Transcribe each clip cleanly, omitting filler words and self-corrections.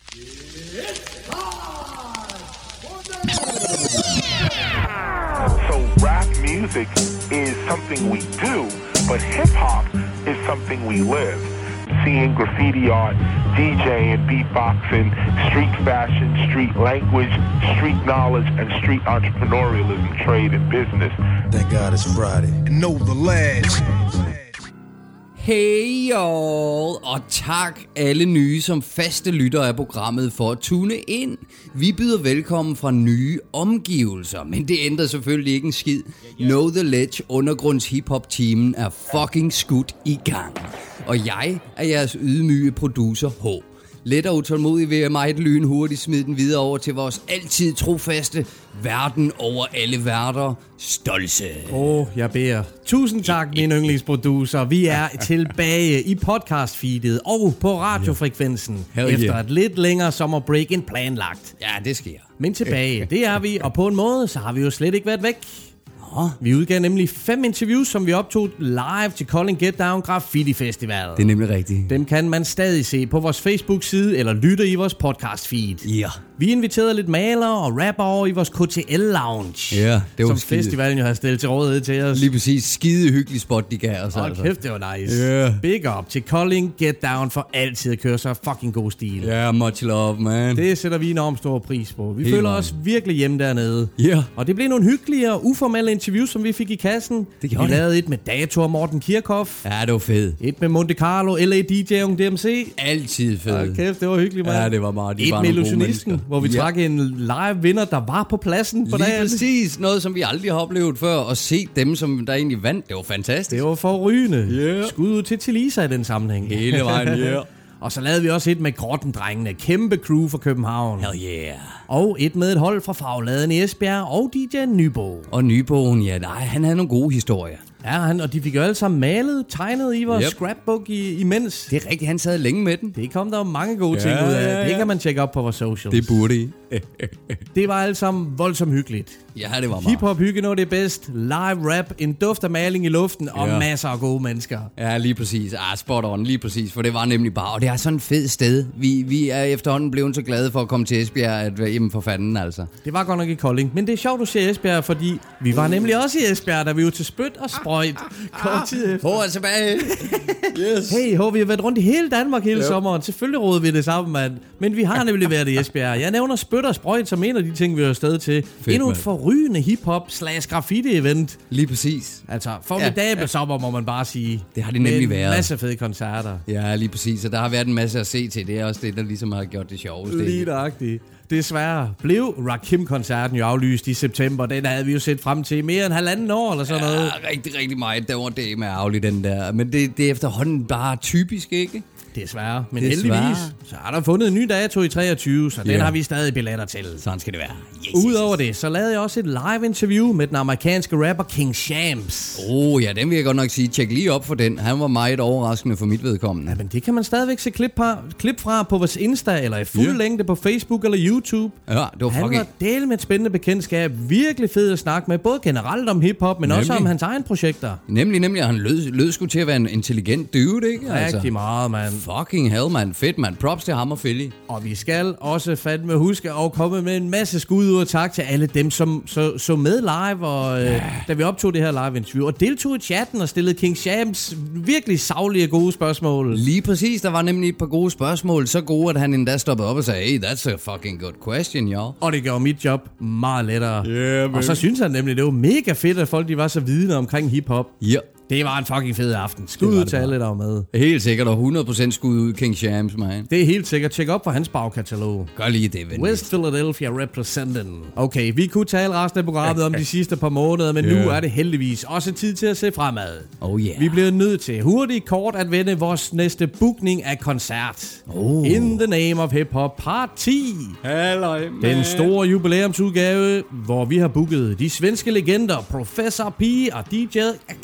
So rap music is something we do, but hip-hop is something we live. Seeing graffiti art, DJing, beatboxing, street fashion, street language, street knowledge, and street entrepreneurialism, trade and business. Thank God it's Friday. And know the lads. Hey y'all, og tak alle nye som faste lyttere af programmet for at tune ind. Vi byder velkommen fra nye omgivelser, men det ændrer selvfølgelig ikke en skid. Know the Ledge, undergrunds hiphop-teamen, er fucking skudt i gang. Og jeg er jeres ydmyge producer H. Let og utålmodig vil jeg meget lynhurtigt smide den videre over til vores altid trofaste verden over alle værter, Stolse. Jeg beder. Tusind tak, min yndlingsproducer. Vi er tilbage i podcastfeedet og på radiofrekvensen efter et lidt længere sommerbreak end planlagt. Ja, det sker. Men tilbage, det er vi, og på en måde, så har vi jo slet ikke været væk. Vi udgav nemlig 5 interviews, som vi optog live til Kolding Get Down Graffiti Festival. Det er nemlig rigtigt. Dem kan man stadig se på vores Facebook-side eller lytte i vores podcast feed. Ja. Vi inviterede lidt malere og rapper over i vores KTL Lounge. Ja, det var som festivalen jo har stillet til rådighed til os. Lige præcis. Skide hyggelig spot, de gav os. Hold kæft, det var nice. Yeah. Big up til Kolding Get Down for altid at køre så fucking god stil. Ja, yeah, much love, man. Det sætter vi enormt stor pris på. Vi føler os virkelig hjemme dernede. Ja. Yeah. Og det blev nogle hyggelige og uformelle interviews, som vi fik i kassen. Det gjorde vi lavede et med Dato og Morten Kirchhoff. Ja, det var fedt. Et med Monte Carlo, LA DJ og DMC. Altid fedt. Hold kæft, det var hyggeligt, man. Ja, det var meget. Et med Illusionisten, hvor vi trak en live vinder, der var på pladsen på dagen. Lige præcis. Noget, som vi aldrig har oplevet før. Og se dem, som der egentlig vandt. Det var fantastisk. Det var forrygende. Yeah. Skud ud til Lisa i den sammenhæng. Hele vejen, yeah. Og så lavede vi også et med Grottendrengene. Kæmpe crew fra København. Hell yeah. Og et med et hold fra Fagladen i Esbjerg og DJ Nybo. Og Nyboen, ja, nej, han havde nogle gode historier. Ja, og de fik jo alle sammen malet, tegnet i vores scrapbook imens. Det er rigtigt, han sad længe med den. Det kom der jo mange gode ting ud af. Det kan man tjekke op på vores socials. Det burde I. Det var alt sammen voldsomt hyggeligt. Ja, det var meget. Hip-hop hygge, når det er bedst. Live rap, en duft af maling i luften og masser af gode mennesker. Ja, lige præcis. Spot on, lige præcis. For det var nemlig bare, og det er sådan et fedt sted. Vi er efterhånden blevet så glade for at komme til Esbjerg, at jamen for fanden altså. Det var godt nok i Kolding. Men det er sjovt, du siger Esbjerg, fordi vi var nemlig også i Esbjerg, da vi var til Spyt og Sprøjt. Kort tid efter. Hvor er tilbage? Yes. Hey, vi har været rundt i hele Danmark hele sommeren. Selvfølgelig råder vi det sammen, mand. Men vi har nemlig været i Esbjerg. Jeg nævner Spyt og Sprøjt som en af de ting, vi er afsted til. Fedt, endnu et forrygende hip-hop/graffiti-event. Lige præcis. Altså, formidable sommer, må man bare sige. Det har det nemlig været. En masse fede koncerter. Ja, lige præcis. Og der har været en masse at se til. Det er også det, der ligesom har gjort det sjoveste. Lige nøjagtigt. Desværre blev Rakim-koncerten jo aflyst i september. Den havde vi jo set frem til mere end 1,5 år eller sådan noget. Ja, rigtig meget. Det var det med ærgerligt, den der. Men det er efterhånden bare typisk, ikke? Desværre. Men heldigvis, så har der fundet en ny dato i 23, så den har vi stadig billetter til. Sådan skal det være. Yes, udover det, så lavede jeg også et live interview med den amerikanske rapper King Shams. Ja, den vil jeg godt nok sige. Tjek lige op for den. Han var meget overraskende for mit vedkommende. Ja, men det kan man stadigvæk se klip fra på vores Insta, eller i fuld længde på Facebook eller YouTube. Ja, det var han var del med et spændende bekendtskab. Virkelig fed at snakke med, både generelt om hiphop, men også om hans egen projekter. Nemlig, han lød sgu til at være en intelligent dude, ikke? Rigtig meget, mand. Fucking hell, man. Fedt, man. Props til ham og Philly. Og vi skal også fandme huske at komme med en masse skud ud og tak til alle dem, som så med live, og da vi optog det her live interview, og deltog i chatten og stillede King Shams virkelig saglige og gode spørgsmål. Lige præcis. Der var nemlig et par gode spørgsmål. Så gode, at han endda stoppede op og sagde, hey, that's a fucking good question, y'all. Og det gjorde mit job meget lettere. Yeah, og så synes han nemlig, det var mega fedt, at folk de var så vidne omkring hiphop. Ja. Det var en fucking fed aften. Skud ud til alle, der var med. Helt sikkert, og 100% skud ud King Shams, man. Det er helt sikkert. Tjek op for hans bagkatalog. Gør lige det, ven. West Philadelphia representing. Okay, vi kunne tale resten af programmet om de sidste par måneder, men nu er det heldigvis også tid til at se fremad. Oh yeah. Vi bliver nødt til hurtigt kort at vende vores næste bookning af koncert. In the Name of Hip Hop Part 10. Halløj, man. Den store jubilæumsudgave, hvor vi har booket de svenske legender Professor P og DJ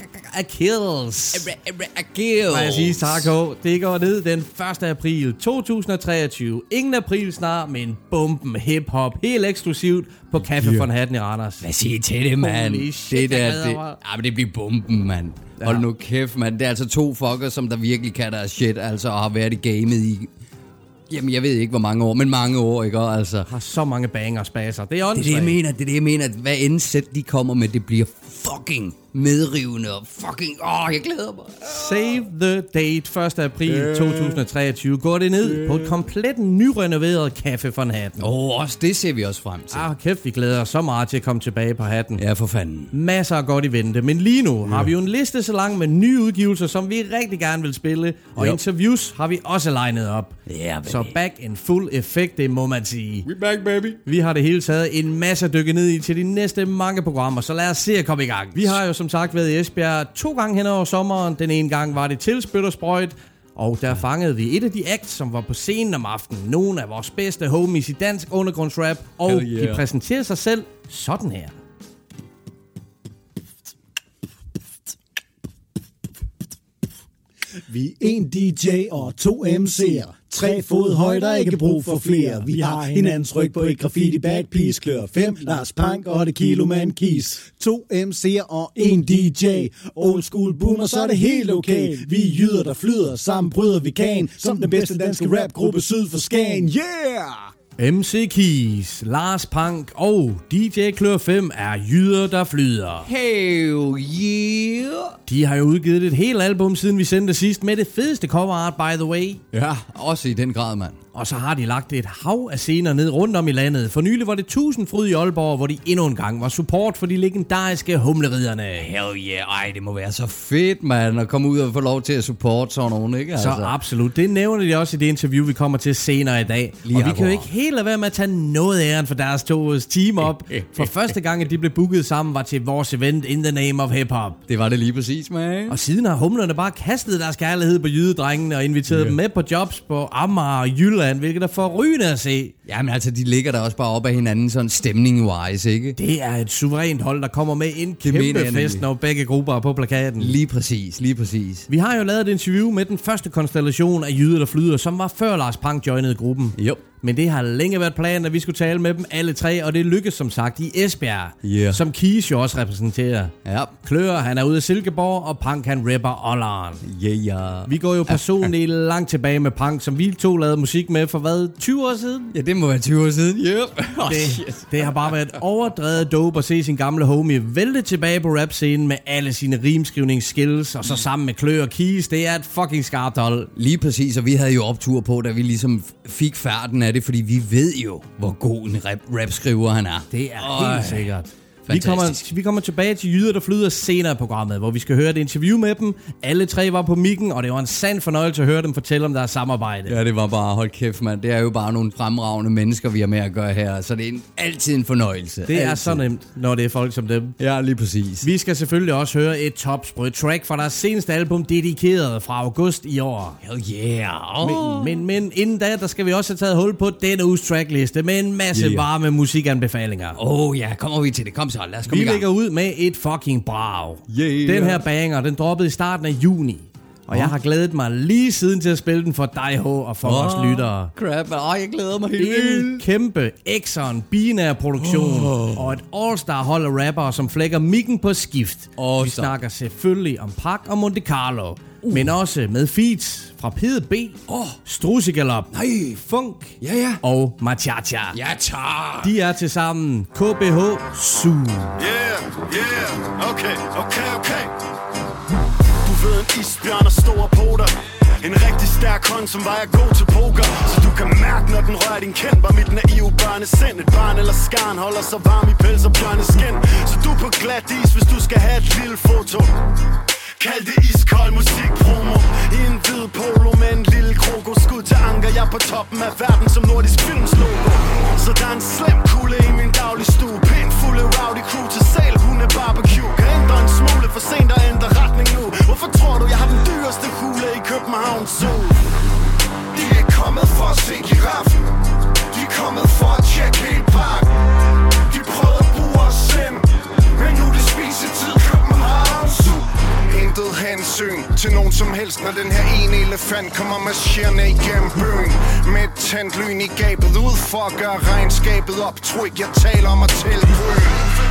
Achilles. Må jeg sige tak, det går ned den 1. april 2023. Ingen april snart, men bomben hip-hop. Helt eksklusivt på Café von Hatten i Randers. Hvad siger I til det, mand? Det der, men det bliver bomben, mand. Hold nu kæft, mand. Det er altså 2 fuckers, som der virkelig kan deres shit, altså, og har været i gamet i Jamen, jeg ved ikke, hvor mange år, men mange år, ikke? Altså. Har så mange bangers bag sig. Det er det, jeg mener. Hvad end sæt de kommer med, det bliver fucking medrivende og fucking... jeg glæder mig. Save the date, 1. april 2023. Går det ned på et komplet nyrenoveret Café von Hatten. Også det ser vi også frem til. Kæft, vi glæder os så meget til at komme tilbage på Hatten. Ja, for fanden. Masser af godt i vente, men lige nu har vi jo en liste så lang med nye udgivelser, som vi rigtig gerne vil spille, og interviews har vi også legnet op. Så back in full effect, det må man sige. We back, baby. Vi har det hele taget en masse at dykke ned i til de næste mange programmer, så lad os se at komme i gang. Vi har jo som sagt været i Esbjerg 2 gange hen over sommeren. Den ene gang var det til Spyt og Sprøjt, og der fangede vi et af de acts, som var på scenen om aftenen. Nogle af vores bedste homies i dansk undergrundsrap, og de præsenterer sig selv sådan her. Vi er 1 DJ og 2 MC'er. 3 fod højt og ikke brug for flere. Vi har hinandens ryg på et graffiti backpiece. Klør 5 Lars Pank og det kilo man kis. 2 MC'er og 1 DJ. Old school boomer, så er det helt okay. Vi er jyder der flyder, sammen bryder vi kan. Som den bedste danske rapgruppe syd for Skagen. Yeah! MC Keys, Lars Pank og DJ Klør 5 er jyder, der flyder. Hell yeah! De har jo udgivet et helt album, siden vi sendte sidst, med det fedeste cover art, by the way. Ja, også i den grad, mand. Og så har de lagt et hav af scener ned rundt om i landet. For nylig var det Tusindfryd i Aalborg, hvor de endnu en gang var support for de legendariske Humleriderne. Hell yeah, det må være så fedt, mand, at komme ud og få lov til at supporte sådan nogen, ikke? Så absolut. Det nævner de også i det interview, vi kommer til senere i dag. Og vi kan jo ikke helt lade være med at tage noget æren for deres 2 team op. For første gang, at de blev booket sammen, var til vores event In the Name of Hip Hop. Det var det lige præcis, man. Og siden har Humlerne bare kastet deres kærlighed på jydedrengene og inviteret dem med på jobs på Amager og Jylland, hvilket er forrygende at se. Jamen altså, de ligger der også bare op af hinanden sådan stemning-wise, ikke? Det er et suverænt hold, der kommer med en kæmpe fest, når begge grupper er på plakaten. Lige præcis. Vi har jo lavet et interview med den første konstellation af jyder, der flyder, som var før Lars Pank joinede gruppen. Jo. Men det har længe været planen, at vi skulle tale med dem alle 3, og det lykkedes som sagt i Esbjerg, som Keys jo også repræsenterer. Ja. Klør, han er ude af Silkeborg, og Pank, han rapper Olleren. Vi går jo personligt langt tilbage med Pank, som vi 2 lavede musik med for hvad, 20 år siden? Ja, det må være 20 år siden, Det har bare været overdrevet dope at se sin gamle homie vælte tilbage på rap-scenen med alle sine rimskrivningsskills, og så sammen med Klør og Keys. Det er et fucking skarpt hold. Lige præcis, og vi havde jo optur på, da vi ligesom fik færden af det, fordi vi ved jo, hvor god en rapskriver han er. Det er helt sikkert. Vi kommer tilbage til jyder, der flyder senere i programmet, hvor vi skal høre et interview med dem. Alle 3 var på mikken, og det var en sand fornøjelse at høre dem fortælle om deres samarbejde. Ja, det var bare, hold kæft, mand. Det er jo bare nogle fremragende mennesker, vi har med at gøre her, så det er altid en fornøjelse. Det er så nemt, når det er folk som dem. Ja, lige præcis. Vi skal selvfølgelig også høre et topsprødt track fra deres seneste album, dedikeret fra august i år. Hell yeah! Men inden da, der skal vi også have taget hul på denne uges trackliste med en masse varme musikanbefalinger. Kommer vi til det. Kom så, lad os komme i gang. Vi lægger ud med et fucking brag. Den her banger, den droppede i starten af juni. Og jeg har glædet mig lige siden til at spille den for dig, H, og for vores lyttere. Crap, jeg glæder mig helt vildt. En kæmpe Exxon binær produktion og et all-star hold af rappere, som flækker mikken på skift. Vi snakker selvfølgelig om Pac og Monte Carlo, men også med feats fra Pede B, Strusegalop, Funk og Machacha. Ja, tak. De er til sammen KBH Su. Okay. Du ved en isbjørn er stor på dig. En rigtig stærk hånd, som vejer god til poker. Så du kan mærke, når den rører din kind. Var mit naive børnesind. Et barn eller skarn holder sig varm i pels og bjørneskin. Så du er på glat is, hvis du skal have et lille foto. Kald det iskold musikpromo. I en hvid polo med en lille kroko. Skud til anker, jeg på toppen af verden som Nordisk Films logo. Så der er en slem kugle i min daglig stue. Pænt fulde rowdy crew til sal, hunde barbecue. Kan ændre en smule for sent og ændre retning nu. Hvorfor tror du, jeg har den dyreste hule i København Zoo? De er kommet for at se giraffen. De er kommet for at tjekke hele parken. De prøvede at bruge os sind, men nu er det spisetid København Zoo. Intet hensyn til nogen som helst, når den her ene elefant kommer marcherende igennem byen. Med et tændt lyn i gabet ud for at gøre regnskabet op. Tror ikke jeg taler om at tælle grøn.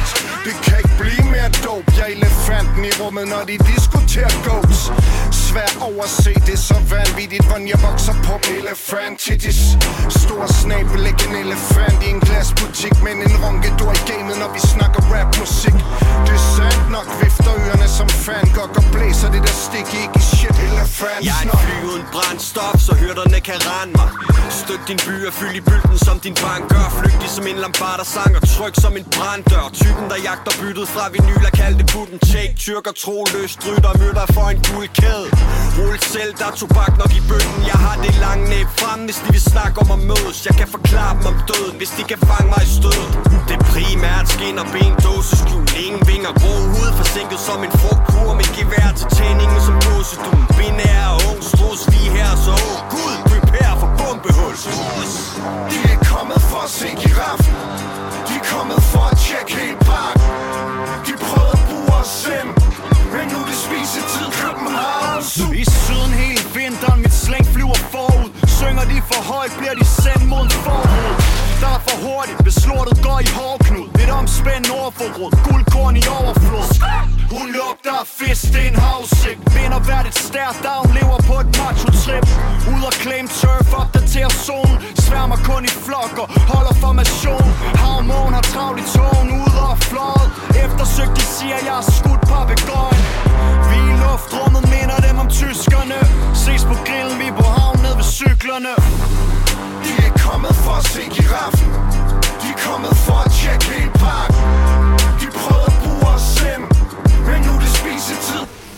Det kan ikke blive mere dope. Jeg er elefanten i rummet, når de diskuterer goats. Svært overse, det er så vanvittigt, hvordan jeg vokser på elefantitis. Stor snabel, ikke en elefant i en glasbutik, men en ronkedor i gamet, når vi snakker rapmusik. Det er sandt nok, vifter ørerne som Van Gogh og blæser det der stik, ikke i shit elefant. Jeg er et fly uden brændstof, så hyrderne kan rende mig. Støt din by og fyld i bylden som din bank gør. Flygtig som en lambarder sang og tryg som en branddør. Typen der jagter byttet fra vinyl og kaldte putten check. Tyrker troløst, rytter møder for en guldkæde. Rul selv, der er tobak nok i bøtten. Jeg har det lange næb frem, hvis de vil snakke om at mødes. Jeg kan forklare dem om døden, hvis de kan fange mig i stødet. Det er primært skin og ben, dåseskjul. Ingen vinger, grå hud, forsinket som en frugtkur. Med gevær til tændingen som gåsedun. Binær og ung, strus lige her, så Gud, prepare for bombehul. De er kommet for at se giraffen. De er kommet for at tjekke hele park. De prøvede at bruge os ind, men nu er det spisetid København. I syden hele vinteren, mit slæng flyver forud. Synger de for højt, bliver de sendt mod en forhud. Der er for hurtigt, hvis lortet går i hårdknud. Et omspænd overforråd, guldkorn i overflod. Hun lugter af fisk, det er en havsigt. Vinder hvert et stærkt, da hun lever på et macho-trip. Ud og claim turf, opdaterer zonen. Sværmer kun i flokker, holder formation. Havmåen har travlt i togen, ude og fløjet. Eftersøgt, de siger, jeg har skudt papegøjen. Vi i luftrummet minder dem om tyskerne. Ses på grillen, vi på havn ned ved cyklerne. De er kommet for at se giraffen. De er kommet for at tjekke hele park. De prøvede at bruge os ind, men nu er det spisetid.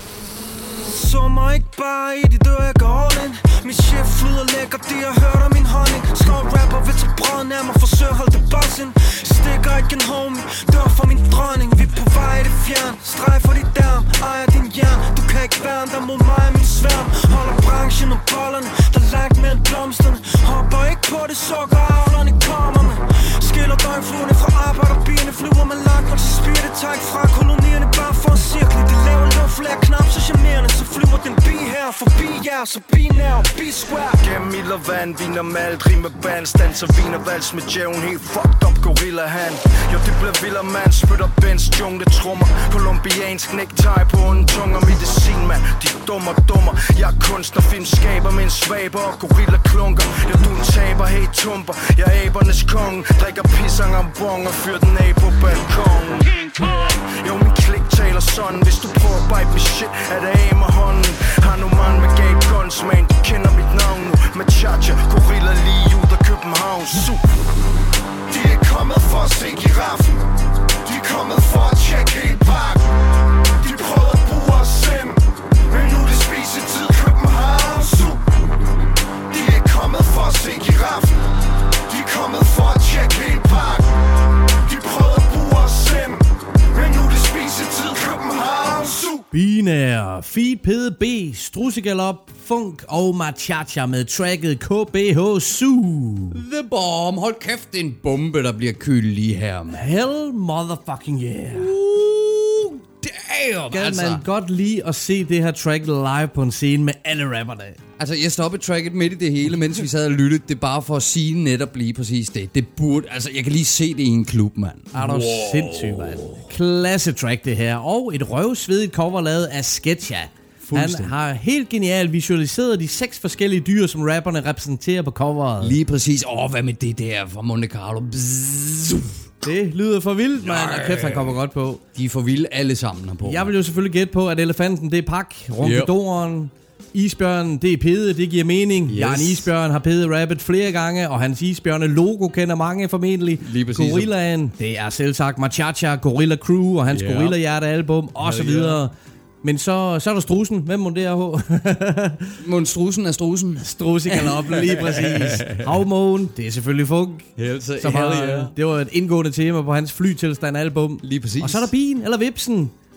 Så mig ikke bare i de dør, jeg går all in. Min chef flyder lækker, de har hørt om min honning. Skov rapper vil tage brøden af mig, forsøger at holde det bossen. Stikker ikke en homie, dør for min dronning. Vi er på vej i det fjern, streg for dit derm, ejer din jern. Du kan ikke værne dig mod mig og min sværm. Holder branchen og bollerne, der langt mellem blomsterne. Hopper ikke på det sukker, avlerne kommer med. Skiller døgnfluerne fra arbejderbierne. Flyver med langt, og så spyrer det træk fra kolonierne. Bare for en cirkel, det laver luft, flere knap så charmerende. Så flyver den bi her, forbi jer, så binær, bi-square. Gennem ild og vand, viner malt, rime band, stanser viner vals med djævn, helt fucked up gorilla hand. Jo, det bliver vildere mand, spytter Benz, jungle trummer, kolumbiansk necktie på en tunger, medicin mand, de dummer. Jeg er kunstner, filmskaber med en svaber og gorilla klunker. Jo, du en taber, hey tumper, jeg er abernes konge, drikker pissang om bong og fyrer den af på balkongen. Jo, min klik taler sådan, hvis du prøver at bite med shit, er det af med hånden. Har nu mand med gay guns, man, du kender mit navn nu. Machacha, gorilla lige ud af København. De er kommet for at se giraffen. De er kommet for at tjekke hele park. De prøvede at bruge os ind, men nu er det spisetid København. De er kommet for at se giraffen. De er kommet for at tjekke hele park. De prøvede at bruge os ind, men nu er det spisetid København. Binær, Feed PDB, Strussegalop, Funk og Machacha med tracket KBH Zoo. The Bomb. Hold kæft, det er en bombe, der bliver kølet lige her, man. Hell motherfucking yeah. Damn, Skal man godt lide at se det her track live på en scene med alle rapperne. Altså, jeg stoppede tracket midt i det hele, mens vi sad og lyttede. Det er bare for at sige netop lige præcis det. Det burde, altså, jeg kan lige se det i en klub, mand. Er du sindssyg, mand. Klasse track det her. Og et røvsvedigt cover lavet af Sketcha. Han har helt genialt visualiseret de 6 forskellige dyr, som rapperne repræsenterer på coveret. Lige præcis. Hvad med det der fra Monte Carlo? Det lyder for vildt, mand. Og kæft, han kommer godt på. De er for vilde alle sammen herpå. Jeg vil jo selvfølgelig gætte på, at elefanten, det er Pak. Ronkedoren, isbjørnen, det er Pede. Det giver mening. Yes. Jan Isbjørn har Pede rappet flere gange, og hans isbjørne-logo kender mange formentlig. Lige præcis. Gorillaen, det er selvsagt Machacha, Gorilla Crew og hans Gorilla Hjerte-album, og så videre. Men så er der Strusen. Hvem må det her på? Strusen er Strusen. Strussegalop, lige præcis. Havmågen, det er selvfølgelig Funk. Det var et indgående tema på hans Flytilstand-album. Lige præcis. Og så er der Bien, eller Vipsen.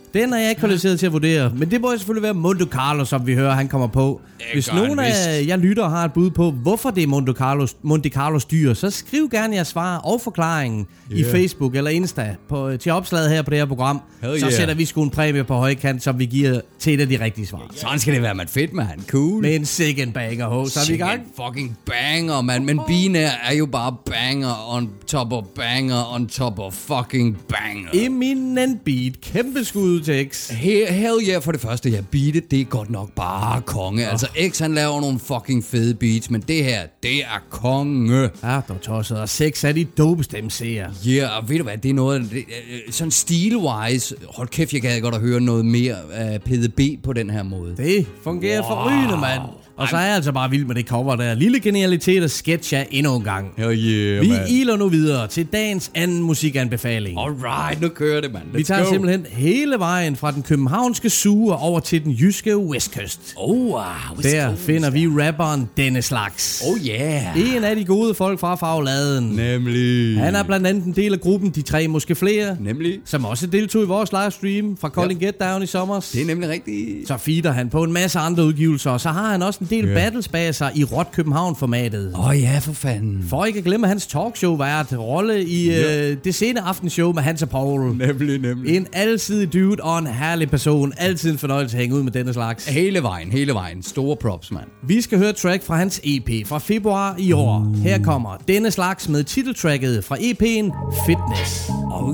Den er jeg ikke kvalificeret til at vurdere, men det må selvfølgelig være Monte Carlo, som vi hører, han kommer på. Hvis nogen af jer lytter har et bud på, hvorfor det er Monte Carlos dyr, så skriv gerne jeres svar og forklaringen i Facebook eller Insta til opslaget her på det her program. Så sætter vi sgu en præmie på højkant, som vi giver til et af de rigtige svar. Sådan skal det være, man. Fedt, man. Cool. Med en second banger, så er vi i gang. Fucking banger, man. Men binær er jo bare banger on top of banger on top of fucking banger. Eminent beat. Kæmpe skud til X. Hell yeah, for det første, ja, beatet, det er godt nok bare konge. Altså, X, han laver nogle fucking fede beats, men det her, det er konge. Ja, der tosset, og 6 er de dopeste MC'er. Ja, og ved du hvad, det er noget, sådan stil-wise, hold kæft, jeg gad godt at høre noget mere af PDB på den her måde. Det fungerer forrygende, mand. Og så er jeg altså bare vild med det cover der. Lille genialitet og sketch af endnu en gang. Vi iler nu videre til dagens anden musikanbefaling. Alright, nu kører det, mand. Vi tager simpelthen hele vejen fra den københavnske Zoo over til den jyske Westkyst. Der finder vi rapperen Dennis Laks. En af de gode folk fra Fagladen. Nemlig. Han er blandt andet en del af gruppen De Tre Måske Flere. Nemlig. Som også deltog i vores livestream fra Calling Get Down i sommer. Det er nemlig rigtigt. Så feeder han på en masse andre udgivelser, og så har han også en del battles bag sig i Rot København-formatet. Ja, for fanden. For ikke at glemme hans talkshow-vært rolle i det sene aftenshow med Hans og Paul. Nemlig. En alsidig dude og en herlig person. Altid en fornøjelse at hænge ud med denne slags. Hele vejen. Store props, mand. Vi skal høre track fra hans EP fra februar i år. Her kommer denne slags med titeltracket fra EP'en Fitness.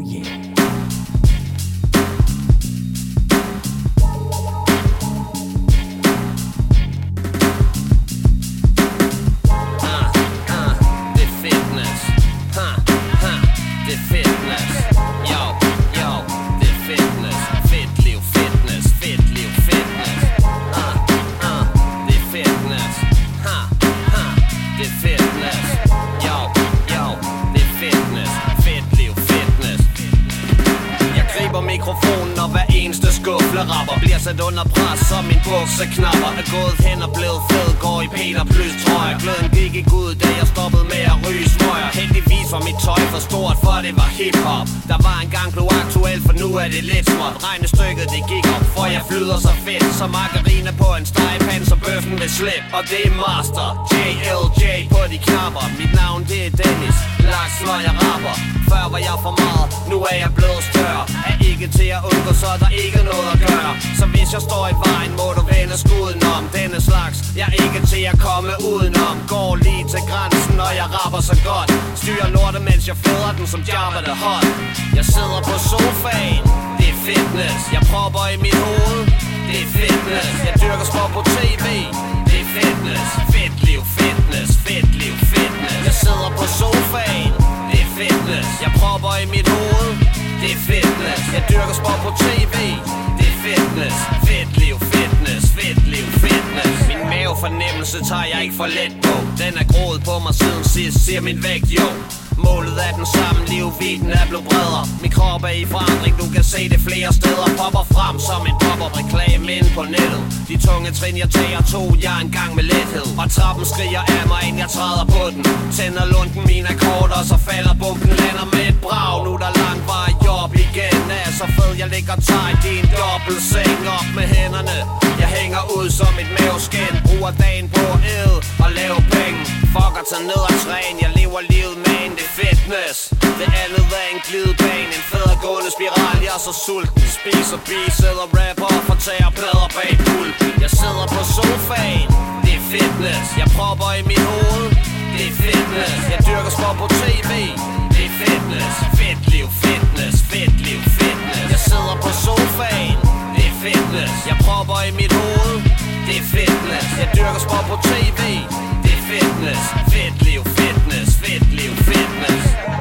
Rapper bliver sat under pres, som min bukseknapper er gået hen og blevet fed, går i Peter Plus trøjer. Gløden gik ikke ud, da jeg stoppede med at ryge smøger. Heldigvis var mit tøj for stort, for det var hiphop. Der var engang blev aktuelt, for nu er det lidt småt. Regnestykket det gik op, for jeg flyder så fedt som margarine på en stegepand, så bøffen vil slippe. Og det er Master JLJ på de knapper. Mit navn det er Dennis Laks, når jeg rapper. Før var jeg for meget, nu er jeg blevet større. Er ikke til at undgå, så er der ikke noget at gøre. Så hvis jeg står i vejen, må du vende skuden om. Denne slags, jeg er ikke til at komme udenom. Går lige til grænsen, når jeg rapper så godt. Styrer lortet, mens jeg fædrer den som Jabba the Hutt. Jeg sidder på sofaen, det er fitness. Jeg propper i mit hoved, det er fitness. Jeg dyrker sport på tv, det er fitness. Fedt liv, fitness, fedt liv, fitness. Jeg sidder på sofaen, det er fitness. Jeg propper i mit hoved, det er fitness. Jeg dyrker sport på tv, det er fitness. Fedt liv, fitness, fedt liv, fitness. Min mavefornemmelse tager jeg ikke for let på. Den er groet på mig siden sidst, siger min vægt jo. Målet er den samme, livvidden er blevet bredere. Min krop er i forandring, du kan se det flere steder. Popper frem som en pop-up-reklame inde på nettet. De tunge trin jeg tager, tog jeg en gang med lethed. Og trappen skriger af mig, inden jeg træder på den. Tænder lunden mine akkorder, så falder bomben. Lander med et brag, nu der langt vej op igen. Er så fed, jeg ligger tight i en dobbeltseng. Op med hænderne, jeg hænger ud som et maveskin. Bruger dagen på æd og lave penge. Fucker tager ned og træn, jeg lever livet med en fitness. Det andet er en glidebane, en fædregående spiral. Jeg er så sulten, spiser bis, sidder rapper og fortærer plader bag pulten. Jeg sidder på sofaen, det er fitness. Jeg propper i mit hoved, det er fitness. Jeg dyrker sport på tv, det er fitness. Fedt liv, fitness, fedt liv, fitness. Jeg sidder på sofaen, det er fitness. Jeg propper i mit hoved, det er fitness. Jeg dyrker sport på tv, det er fitness. Fedt liv, fitness, fedt liv, fitness.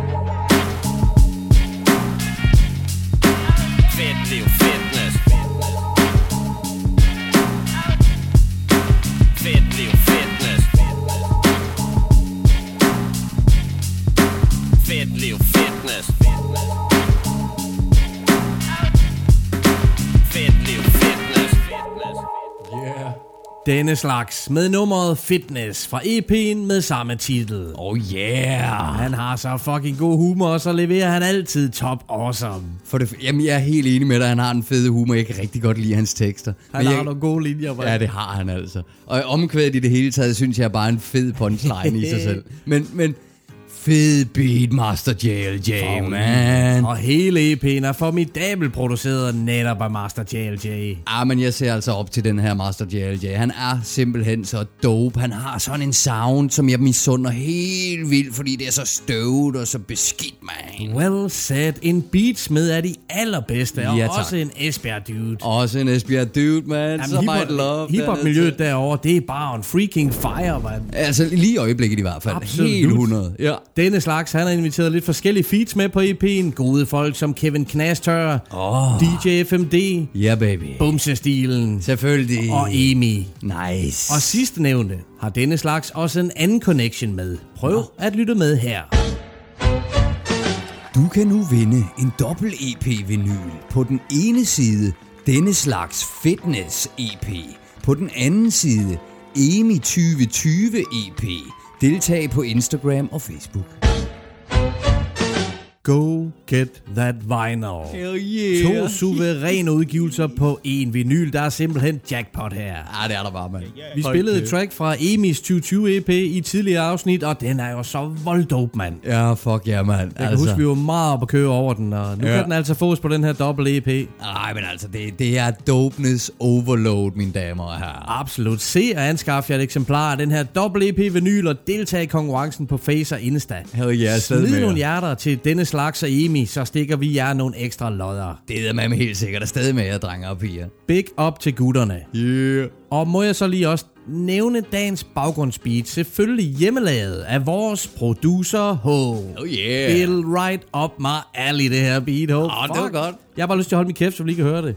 Fedt liv, fitness. Fedt liv, fitness. Fedt liv, fitness. Fedt liv, fitness. Yeah. Denne slags med nummeret Fitness fra EP'en med samme titel. Oh yeah! Han har så fucking god humor, og så leverer han altid top awesome. Jamen, jeg er helt enig med dig, han har en fed humor. Jeg kan rigtig godt lide hans tekster. Han har nogle gode linjer. Ja, det har han altså. Og omkvædet i det hele taget, synes jeg bare en fed punchline i sig selv. Men fed beat, Master JLJ, man. Og hele EP'en er formidabelt produceret netop af Master JLJ. Men jeg ser altså op til den her Master JLJ. Han er simpelthen så dope. Han har sådan en sound, som jeg misunder helt vildt, fordi det er så støvet og så beskidt, man. Well said. En beatsmed er de allerbedste, og også en Esbjerg dude. Også en Esbjerg dude, man. Så meget love. Hiphop-miljøet derovre, det er bare en freaking fire, man. Altså lige i øjeblikket i hvert fald. Absolut. Helt 100. Ja. Denne slags, han har inviteret lidt forskellige feats med på EP'en. Gode folk som Kevin Knastør, DJ FMD, yeah, baby, Bumse-stilen, selvfølgelig, og Amy. Nice. Og sidste nævnte har denne slags også en anden connection med. Prøv at lytte med her. Du kan nu vinde en dobbelt EP-vinyl. På den ene side denne slags Fitness EP. På den anden side Amy 2020 EP. Deltag på Instagram og Facebook. Go get that vinyl. Hell yeah. 2 suveræne udgivelser på en vinyl. Der er simpelthen jackpot her. Ja, det er der bare, mand. Vi spillede et track fra Amy's 2020 EP i tidligere afsnit, og den er jo så volddope, mand. Ja, fuck ja, mand. Jeg kan huske, vi var meget op at køre over den, og nu kan den altså fås på den her dobbelt EP. Nej, men altså, det er dopeness overload, mine damer og herrer. Absolut. Se og anskaffe jer et eksemplar af den her dobbelt EP-vinyl, og deltage i konkurrencen på Face og Insta. Hell yeah, smid nogle hjerter til denne slags og Amy, så stikker vi jer nogle ekstra lodder. Det er man helt sikkert, der stadig med jer, drenge og piger. Big up til gutterne. Yeah. Og må jeg så lige også nævne dagens baggrundsbeat, selvfølgelig hjemmelavet af vores producer Ho. Oh yeah. Bill right up my alley, det her beat, Ho. Det var godt. Jeg har bare lyst til at holde min kæft, så vi lige kan høre det.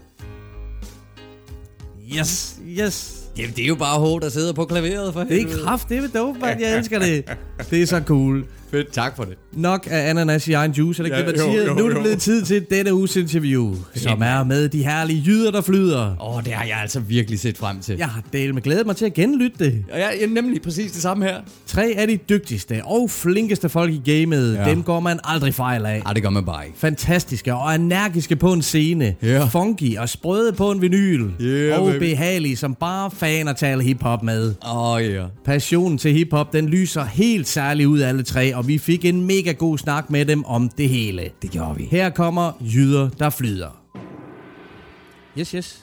Yes. Det er jo bare Ho, der sidder på klaveret for helvede. Det er kraftedeme dope, man. Jeg elsker det. Det er så cool. Fedt, tak for det. Nok af ananas i egen juice, eller ikke det, man siger. Nu er det blevet tid til denne uges interview, som er med de herlige jyder, der flyder. Det har jeg altså virkelig set frem til. Jeg har delt med glædet mig til at genlytte det. Ja, nemlig præcis det samme her. 3 af de dygtigste og flinkeste folk i gamet, dem går man aldrig fejl af. Det gør man bare ikke. Fantastiske og energiske på en scene. Funky og sprøde på en vinyl. Og behagelige, som bare fan at tale hiphop med. Passionen til hiphop, den lyser helt særligt ud af alle 3, og vi fik en mega god snak med dem om det hele. Det gjorde vi. Her kommer jyder, der flyder. Yes.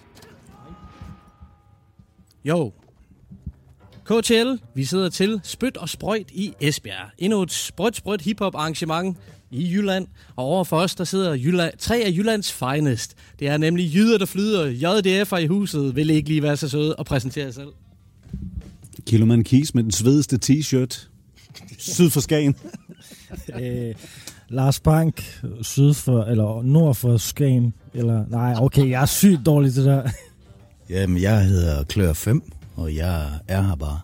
Jo. KTL, vi sidder til Spyt og Sprøjt i Esbjerg. Endnu et sprødt hiphop arrangement i Jylland. Og overfor os, der sidder 3 af Jyllands finest. Det er nemlig jyder, der flyder. JDF'er i huset. Vil ikke lige være så søde og præsentere jer selv. Kiloman Kies med den svedigste t-shirt. Syd for Skagen. Lars Bank, nord for Skagen. Jeg er sygt dårlig til det der. Jamen, jeg hedder Klør 5, og jeg er her bare.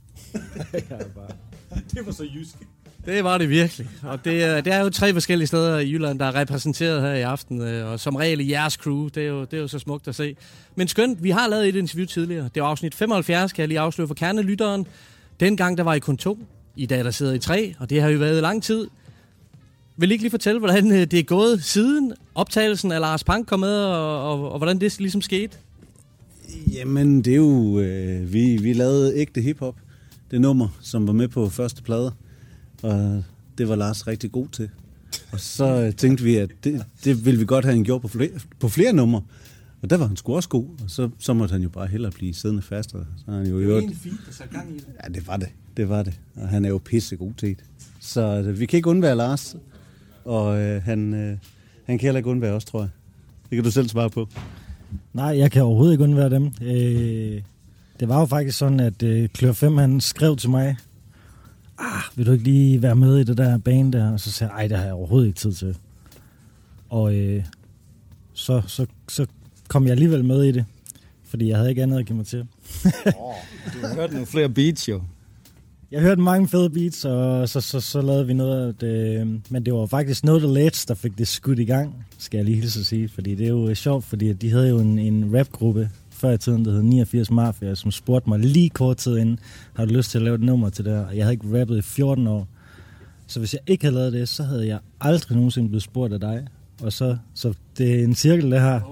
Det var så jysk. Det var det virkelig. Og det er jo 3 forskellige steder i Jylland, der er repræsenteret her i aften. Og som regel i jeres crew. Det er jo så smukt at se. Men skønt, vi har lavet et interview tidligere. Det var afsnit 75, kan jeg lige afsløre for kernelytteren. Dengang der var I kun 2. I dag der sidder I 3, og det har jo været lang tid. Vil I ikke lige fortælle, hvordan det er gået siden optagelsen af Lars Pank kom med, og hvordan det ligesom skete? Jamen, det er jo... Vi lavede ægte hiphop. Det nummer, som var med på første plade. Og det var Lars rigtig god til. Og så tænkte vi, at det ville vi godt have, han gjort på flere numre. Og der var han sgu også god. Og så måtte han jo bare hellere blive siddende fast. Og så han jo det var egentlig fint, der satte gang i det. Ja, det var det. Og han er jo pissegod til det. Så vi kan ikke undvære Lars. Og han kan heller ikke undvære os, tror jeg. Det kan du selv svare på. Nej, jeg kan overhovedet ikke undvære dem. Det var jo faktisk sådan, at Klør 5, han skrev til mig, vil du ikke lige være med i det der band der? Og så sagde jeg, det har jeg overhovedet ikke tid til. Og så kom jeg alligevel med i det, fordi jeg havde ikke andet at give mig til. Du har hørt nogle flere beats, jo. Jeg hørte mange fede beats, og så lavede vi noget, men det var faktisk noget, der Lads, der fik det skudt i gang, skal jeg lige hilse at sige. Fordi det er jo sjovt, fordi de havde jo en rapgruppe før i tiden, der hed 89 Mafia, som spurgte mig lige kort tid inden, har du lyst til at lave et nummer til det her? Og jeg havde ikke rappet i 14 år. Så hvis jeg ikke havde lavet det, så havde jeg aldrig nogensinde blevet spurgt af dig. Og så det er en cirkel, det her.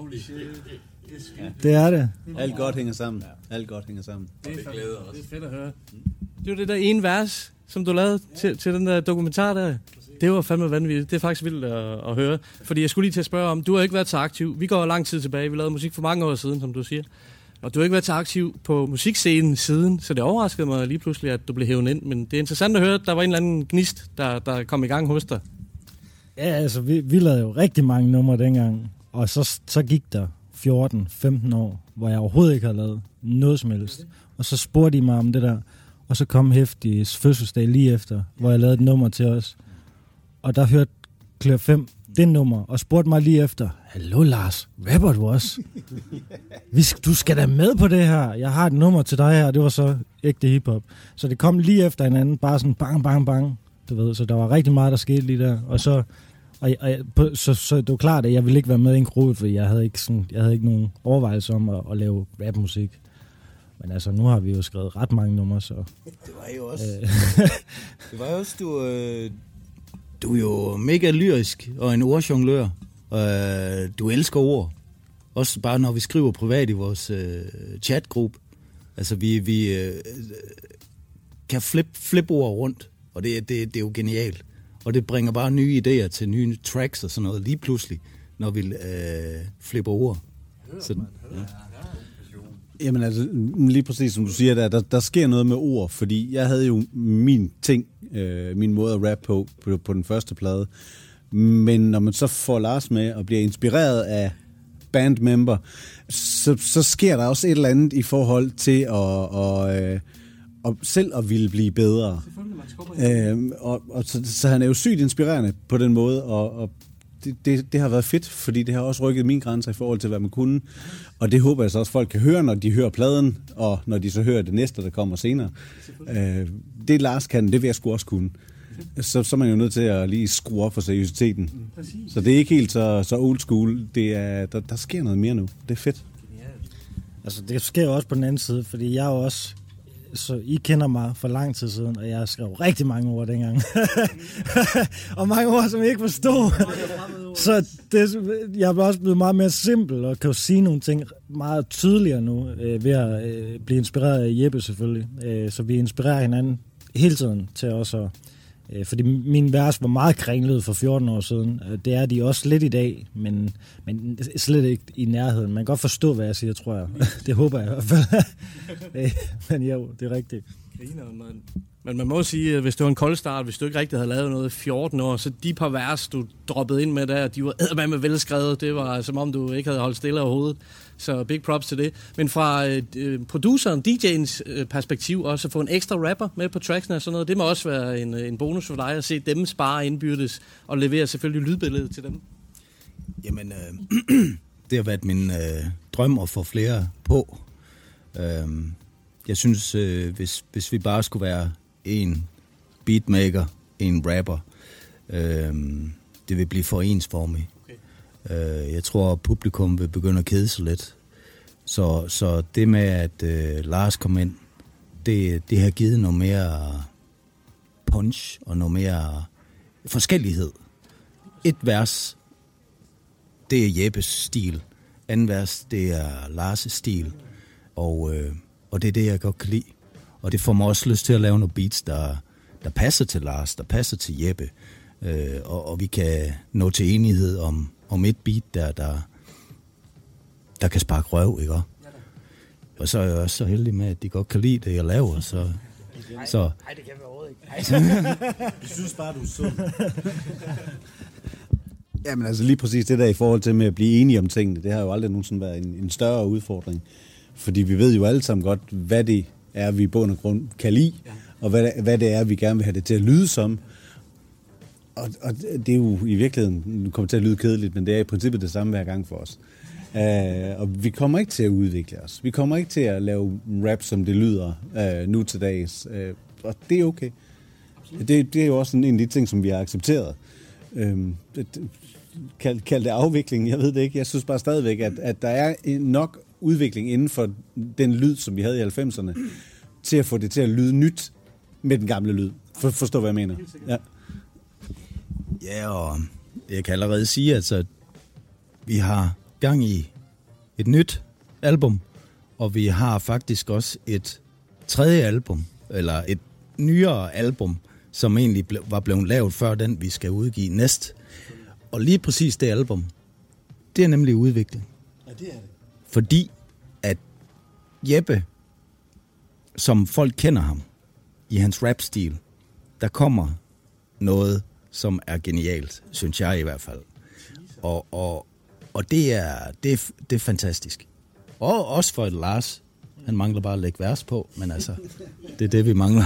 Det er det. Alt godt hænger sammen. Alt godt hænger sammen. Det er fedt at høre. Det var det der ene vers, som du lavede til den der dokumentar der. Det var fandme vanvittigt. Det er faktisk vildt at høre. Fordi jeg skulle lige til at spørge om, du har ikke været så aktiv. Vi går lang tid tilbage. Vi lavede musik for mange år siden, som du siger. Og du har ikke været så aktiv på musikscenen siden, så det overraskede mig lige pludselig, at du blev hævet ind. Men det er interessant at høre, at der var en eller anden gnist, der kom i gang hos dig. Ja, altså vi lavede jo rigtig mange numre dengang. Og så gik der 14-15 år, hvor jeg overhovedet ikke havde lavet noget som helst. Og så spurgte de mig om det der. Og så kom Heftigs fødselsdag lige efter, hvor jeg lavede et nummer til os. Og der hørte Klør 5 det nummer, og spurgte mig lige efter, hallo Lars, rapper du også? Du skal da med på det her. Jeg har et nummer til dig her, og det var så ægte hiphop. Så det kom lige efter hinanden, bare sådan bang, bang, bang. Du ved, så der var rigtig meget, der skete lige der. Og så det var klart, at jeg ville ikke være med i en gruppe, for jeg havde ikke nogen overvejelse om at lave rapmusik. Men altså, nu har vi jo skrevet ret mange numre, så... Det var jo også, du er jo mega lyrisk og en ordjonglør. Du elsker ord. Også bare når vi skriver privat i vores chatgruppe. Altså, vi kan flippe ord rundt, og det er jo genialt. Og det bringer bare nye idéer til nye tracks og sådan noget lige pludselig, når vi flipper ord. Så, ja. Jamen altså, lige præcis som du siger, der sker noget med ord, fordi jeg havde jo min ting, min måde at rappe på den første plade. Men når man så får Lars med og bliver inspireret af bandmember, så sker der også et eller andet i forhold til at selv at ville blive bedre. Så han er jo sygt inspirerende på den måde, og det har været fedt, fordi det har også rykket mine grænser i forhold til, hvad man kunne. Og det håber jeg så også, folk kan høre, når de hører pladen, og når de så hører det næste, der kommer senere. Det Lars kan, det vil jeg sgu også kunne. Så er man jo nødt til at lige skrue op for seriøsiteten. Så det er ikke helt så old school. Det er, der sker noget mere nu. Det er fedt. Altså, det sker også på den anden side, fordi jeg er også... Så I kender mig for lang tid siden, og jeg skrev rigtig mange ord dengang. Og mange ord, som jeg ikke forstod. Så jeg er også blevet meget mere simpel, og kan jo sige nogle ting meget tydeligere nu, ved at blive inspireret af Jeppe selvfølgelig. Så vi inspirerer hinanden hele tiden til også fordi min vers var meget kringlet for 14 år siden. Det er de også lidt i dag, men slet ikke i nærheden. Man kan godt forstå, hvad jeg siger, tror jeg. Det håber jeg i hvert fald. Men jo, det er rigtigt. Men man må sige, at hvis det var en kold start, hvis du ikke rigtig havde lavet noget i 14 år, så de par vers, du droppede ind med der, de var eddermame velskrevet. Det var som om, du ikke havde holdt stille overhovedet. Så big props til det. Men fra produceren, DJ'ens perspektiv, også at få en ekstra rapper med på tracksene og sådan noget, det må også være en bonus for dig at se dem spare indbyrdes og levere selvfølgelig lydbilledet til dem. Jamen, det har været min drøm at få flere på. Jeg synes, hvis vi bare skulle være en beatmaker, en rapper, det vil blive for ensformigt. Okay. Jeg tror, at publikum vil begynde at kede sig lidt. Så det med, at Lars kom ind, det har givet noget mere punch og noget mere forskellighed. Et vers, det er Jeppes stil. Anden vers, det er Lars' stil. Og det er det, jeg godt kan lide. Og det får mig også lyst til at lave nogle beats, der passer til Lars, der passer til Jeppe. Og vi kan nå til enighed om et beat, der kan sparke røv, ikke? Og så er jeg også så heldig med, at de godt kan lide det, jeg laver. Så. Nej, det kan vi overhovedet ikke. Jeg synes bare, du er sund. Jamen altså lige præcis det der i forhold til med at blive enige om tingene, det har jo aldrig nogensinde været en større udfordring. Fordi vi ved jo alle sammen godt, hvad det er, vi i bund og grund kan lide, og hvad det er, vi gerne vil have det til at lyde som. Og det er jo i virkeligheden, nu kommer til at lyde kedeligt, men det er i princippet det samme hver gang for os. Og vi kommer ikke til at udvikle os. Vi kommer ikke til at lave rap, som det lyder nu til dags. Og det er okay. Det er jo også en af de ting, som vi har accepteret. Kald det afvikling, jeg ved det ikke. Jeg synes bare stadigvæk, at der er nok udvikling inden for den lyd, som vi havde i 90'erne, til at få det til at lyde nyt med den gamle lyd. Forstår, hvad jeg mener? Ja. Ja, og jeg kan allerede sige, at vi har gang i et nyt album, og vi har faktisk også et tredje album, eller et nyere album, som egentlig var blevet lavet før den, vi skal udgive næst. Og lige præcis det album, det er nemlig udvikling. Ja, det er det. Fordi at Jeppe, som folk kender ham, i hans rap-stil, der kommer noget, som er genialt, synes jeg i hvert fald. Og det er fantastisk. Og også for Lars. Han mangler bare at lægge vers på, men altså, det er det, vi mangler.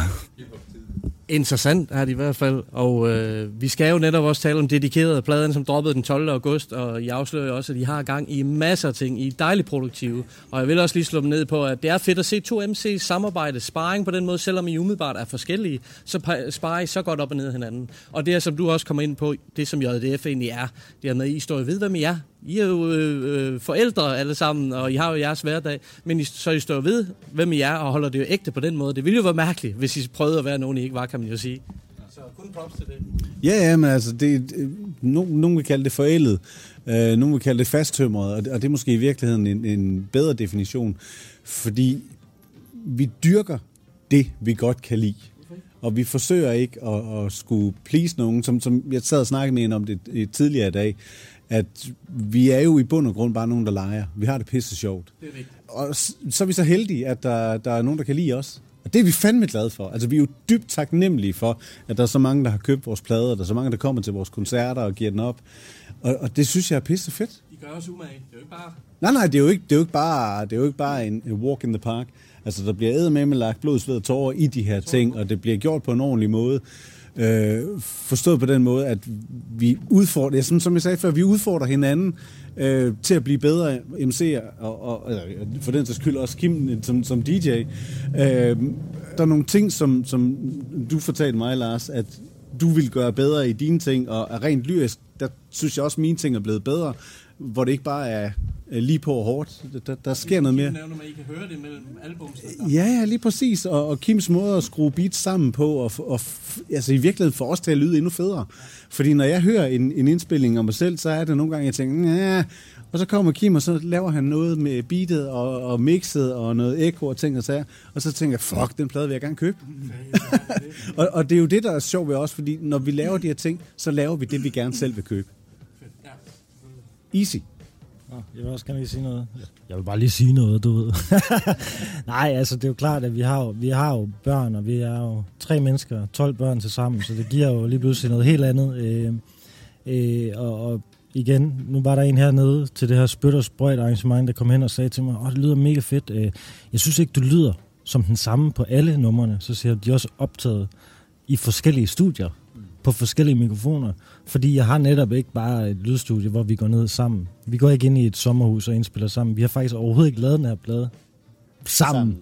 Interessant er det i hvert fald, og vi skal jo netop også tale om dedikerede pladen, som droppede den 12. august, og I afslører også, at I har gang i masser af ting, I er dejligt produktive, og jeg vil også lige slå dem ned på, at det er fedt at se 2MC samarbejde, sparring på den måde, selvom I umiddelbart er forskellige, så sparer I så godt op og ned hinanden. Og det er, som du også kommer ind på, det som JDF egentlig er, det er med, at I står og ved, hvem I er. I er jo forældre alle sammen, og I har jo jeres hverdag, men så I står ved, hvem I er, og holder det jo ægte på den måde. Det ville jo være mærkeligt, hvis I prøvede at være nogen, I ikke var, kan man jo sige. Så kun props til det. Ja, men altså, nogen vil kalde det forældet, nogen vil kalde det fasttømret, og det er måske i virkeligheden en bedre definition, fordi vi dyrker det, vi godt kan lide. Og vi forsøger ikke at skulle please nogen, som jeg sad og snakkede med en om det tidligere i dag, at vi er jo i bund og grund bare nogen, der leger. Vi har det pisse sjovt. Det er vigtigt. Og så er vi så heldige, at der er nogen, der kan lide os. Og det er vi fandme glade for. Altså, vi er jo dybt taknemmelige for, at der er så mange, der har købt vores plader, der er så mange, der kommer til vores koncerter og giver den op. Og det synes jeg er pisse fedt. I gør også umage. Det er jo ikke bare... Nej, det er jo ikke bare en walk in the park. Altså, der bliver eddermame lagt blod, sved og tårer i de her ting, og det bliver gjort på en ordentlig måde. Forstået på den måde, at vi udfordrer, som jeg sagde før, vi udfordrer hinanden til at blive bedre MC'er, og for den sags skyld også Kim som DJ. Der er nogle ting, som du fortalte mig, Lars, at du vil gøre bedre i dine ting, og er rent lyrisk, der synes jeg også, at mine ting er blevet bedre, hvor det ikke bare er lige på og hårdt. Der sker noget mere. Kim nævner, at I kan høre det mellem albums. Ja, lige præcis. Og Kims måde at skrue beats sammen på, og altså i virkeligheden for os til at lyde endnu federe. Fordi når jeg hører en indspilling af mig selv, så er det nogle gange, jeg tænker, ja, og så kommer Kim, og så laver han noget med beatet og mixet og noget echo og ting og sager. Og så tænker jeg, fuck, den plade vil jeg gerne købe. og det er jo det, der er sjovt ved os, fordi når vi laver de her ting, så laver vi det, vi gerne selv vil købe. Easy. Jeg vil også gerne lige sige noget. Jeg vil bare lige sige noget, du ved. Nej, altså det er jo klart, at vi har jo børn, og vi er jo 3 mennesker, 12 børn til sammen, så det giver jo lige pludselig noget helt andet. Og igen, nu var der en hernede til det her Spyt og Sprøjt arrangement, der kom hen og sagde til mig, det lyder mega fedt. Jeg synes ikke, du lyder som den samme på alle numrene. Så siger de også optaget i forskellige studier, på forskellige mikrofoner, fordi jeg har netop ikke bare et lydstudie, hvor vi går ned sammen. Vi går ikke ind i et sommerhus og indspiller sammen. Vi har faktisk overhovedet ikke lavet den her plade sammen.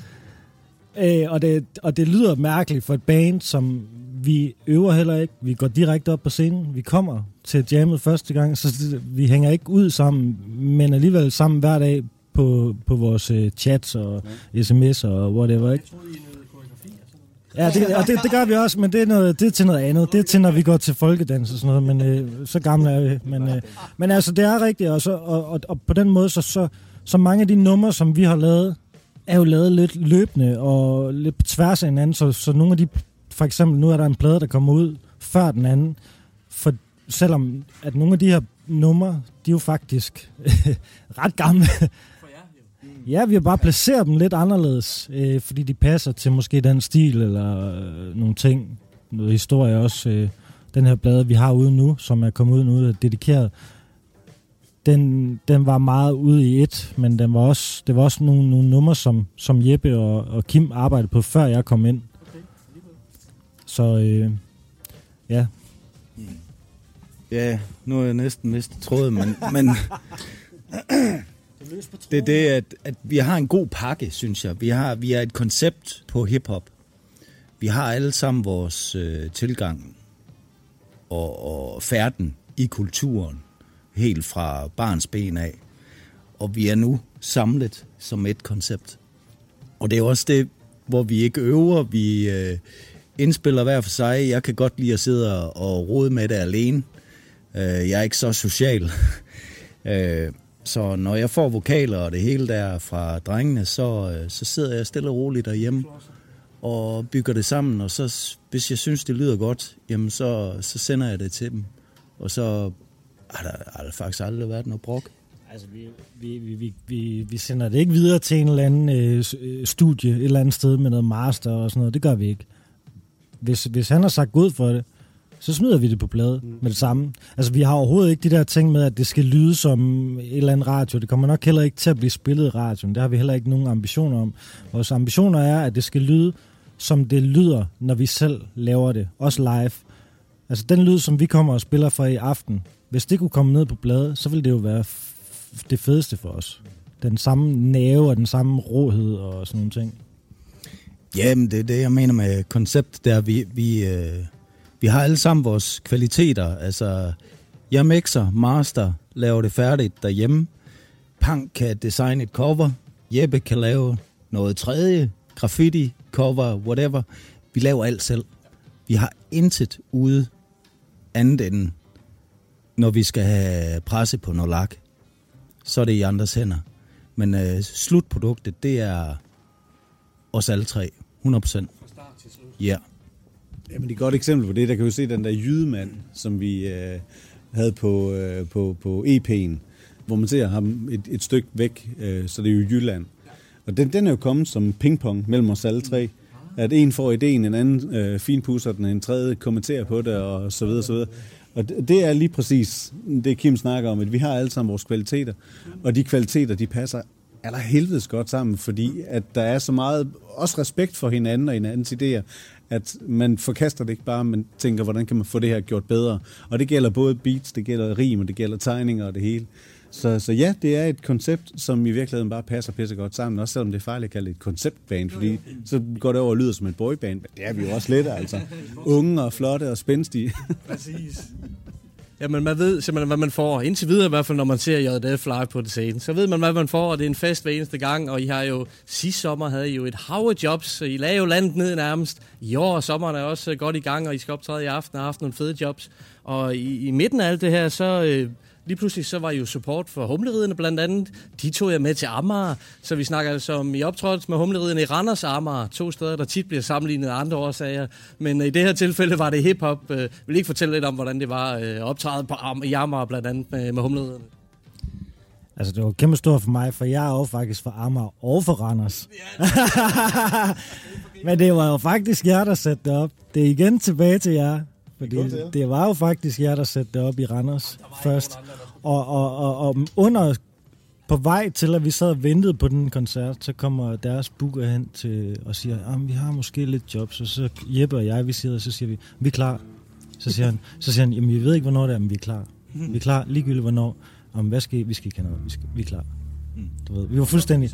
Og det lyder mærkeligt for et band, som vi øver heller ikke. Vi går direkte op på scenen. Vi kommer til jammet første gang, så vi hænger ikke ud sammen, men alligevel sammen hver dag på vores chats og sms og whatever, ikke? Ja, det gør vi også, men det er til noget andet. Det er til, når vi går til folkedans og sådan noget, men så gamle er vi. Men altså, det er rigtigt, og på den måde, så mange af de numre, som vi har lavet, er jo lavet lidt løbende og lidt på tværs af hinanden, så nogle af de, for eksempel, nu er der en plade, der kommer ud før den anden, for selvom at nogle af de her numre, de er jo faktisk ret gamle. Ja, vi har bare placeret dem lidt anderledes, fordi de passer til måske den stil, eller nogle ting, noget historie også. Den her plade, vi har ude nu, som er kommet ud nu, er dedikeret. Den var meget ude i et, men det var også nogle numre, som Jeppe og Kim arbejdede på, før jeg kom ind. Så ja. Ja, nu er jeg næsten mistet tråden, men det er det, at vi har en god pakke, synes jeg. Vi er et koncept på hiphop. Vi har alle sammen vores tilgang og færden i kulturen, helt fra barns ben af. og vi er nu samlet som et koncept. Og det er også det, hvor vi ikke øver, vi indspiller hver for sig. Jeg kan godt lide at sidde og rode med det alene. Jeg er ikke så social. Så når jeg får vokaler og det hele der fra drengene, så sidder jeg stille og roligt derhjemme og bygger det sammen. Og så, hvis jeg synes, det lyder godt, jamen så sender jeg det til dem. Og så har der faktisk aldrig været noget brok. Altså, vi sender det ikke videre til en eller anden studie et eller andet sted med noget master og sådan noget. Det gør vi ikke. Hvis han har sagt god for det, så smider vi det på plade med det samme. Altså, vi har overhovedet ikke de der ting med, at det skal lyde som et eller andet radio. Det kommer nok heller ikke til at blive spillet i radioen. Det har vi heller ikke nogen ambitioner om. Vores ambitioner er, at det skal lyde, som det lyder, når vi selv laver det. Også live. Altså, den lyd, som vi kommer og spiller for i aften, hvis det kunne komme ned på plade, så ville det jo være det fedeste for os. Den samme nerve og den samme råhed og sådan nogle ting. Jamen, det er det, jeg mener med koncept, der vi har alle sammen vores kvaliteter. Altså, jeg mixer, master, laver det færdigt derhjemme. Punk kan designe et cover. Jeppe kan lave noget tredje, graffiti, cover, whatever. Vi laver alt selv. Vi har intet ude andet end, når vi skal have presse på noget lak. Så er det i andres hænder. Men slutproduktet, det er os alle tre. 100%. Fra start til slut. Ja. Jamen, det er et godt eksempel på det. Der kan vi se den der Jydemand, som vi havde på EP'en, hvor man ser ham et stykke væk, så det er jo Jylland. Og den er jo kommet som pingpong mellem os alle tre. At en får ideen, en anden finpudser den, en tredje kommenterer på det, og så videre, så videre. Og det er lige præcis det, Kim snakker om, at vi har alle sammen vores kvaliteter, og de kvaliteter, de passer allerhelvedes godt sammen, fordi at der er så meget også respekt for hinanden og hinandens idéer, at man forkaster det ikke bare, men tænker, hvordan kan man få det her gjort bedre. Og det gælder både beats, det gælder rim, og det gælder tegninger og det hele. Så ja, det er et koncept, som i virkeligheden bare passer pisse godt sammen, også selvom det er farligt at kalde det et konceptband, fordi så går det over og lyder som et boyband, men det er vi jo også lidt, altså. Unge og flotte og spændstige. Præcis. Jamen, man ved simpelthen, hvad man får. Indtil videre i hvert fald, når man ser JDF live på det scene. Så ved man, hvad man får, og det er en fest hver eneste gang. Og I har jo, sidste sommer havde I jo et hav af jobs. I lagde jo landet ned nærmest. I år og sommeren er også godt i gang, og I skal optræde i aften og har haft nogle fede jobs. Og i midten af alt det her, så lige pludselig så var I jo support for Humleriderne blandt andet. De tog jeg med til Amager. Så vi snakker altså om, I optrådte med Humleriderne i Randers og Amager. 2 steder, der tit bliver sammenlignet af andre årsager. Men i det her tilfælde var det hiphop. Vil I ikke fortælle lidt om, hvordan det var at optræde i Amager blandt andet med Humleriderne? Altså, det var kæmpe stort for mig, for jeg er jo faktisk fra Amager og fra Randers. Men det var jo faktisk jer, der satte det op. Det er igen tilbage til jer. Fordi det var jo faktisk jer, der satte det op i Randers først. Og under på vej til, at vi sad og ventede på den koncert, så kommer deres booker hen til og siger, vi har måske lidt jobs. Og så Jeppe og jeg, vi siger vi er klar. Så siger han, jamen vi ved ikke, hvornår det er, men vi er klar. Vi er klar, ligegyldigt hvornår. Hvad skal vi skal ikke have noget, vi er klar. Du ved, vi var fuldstændig...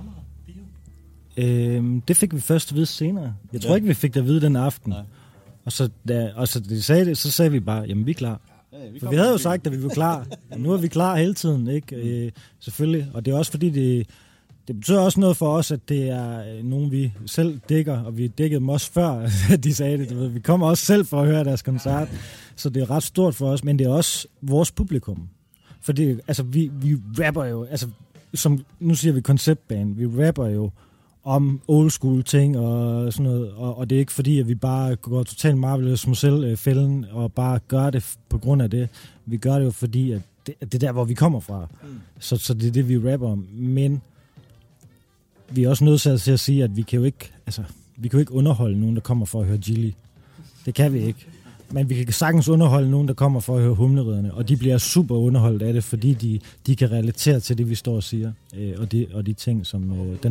det fik vi først at vide senere. Jeg tror ikke, vi fik det at vide den aften. Nej. Og så de sagde det, så sagde vi bare, jamen vi er klar. For vi havde jo sagt, at vi var klar. Nu er vi klar hele tiden, ikke? Selvfølgelig. Og det er også fordi, det betyder også noget for os, at det er nogen, vi selv dækker, og vi dækkede dem også før, at de sagde det. Du ved. Vi kommer også selv for at høre deres koncert, så det er ret stort for os, men det er også vores publikum. Fordi altså, vi rapper jo, altså, som nu siger vi konceptband, vi rapper jo om old school ting og sådan noget, og det er ikke fordi, at vi bare går totalt Marvelous Moselle-fælden og bare gør det på grund af det. Vi gør det jo fordi, at det er der, hvor vi kommer fra. Så det er det, vi rapper om. Men vi er også nødt til at sige, at vi kan jo ikke underholde nogen, der kommer for at høre Gilly. Det kan vi ikke. Men vi kan sagtens underholde nogen, der kommer for at høre Humleriderne, og de bliver super underholdt af det, fordi de kan relatere til det, vi står og siger, og de ting, som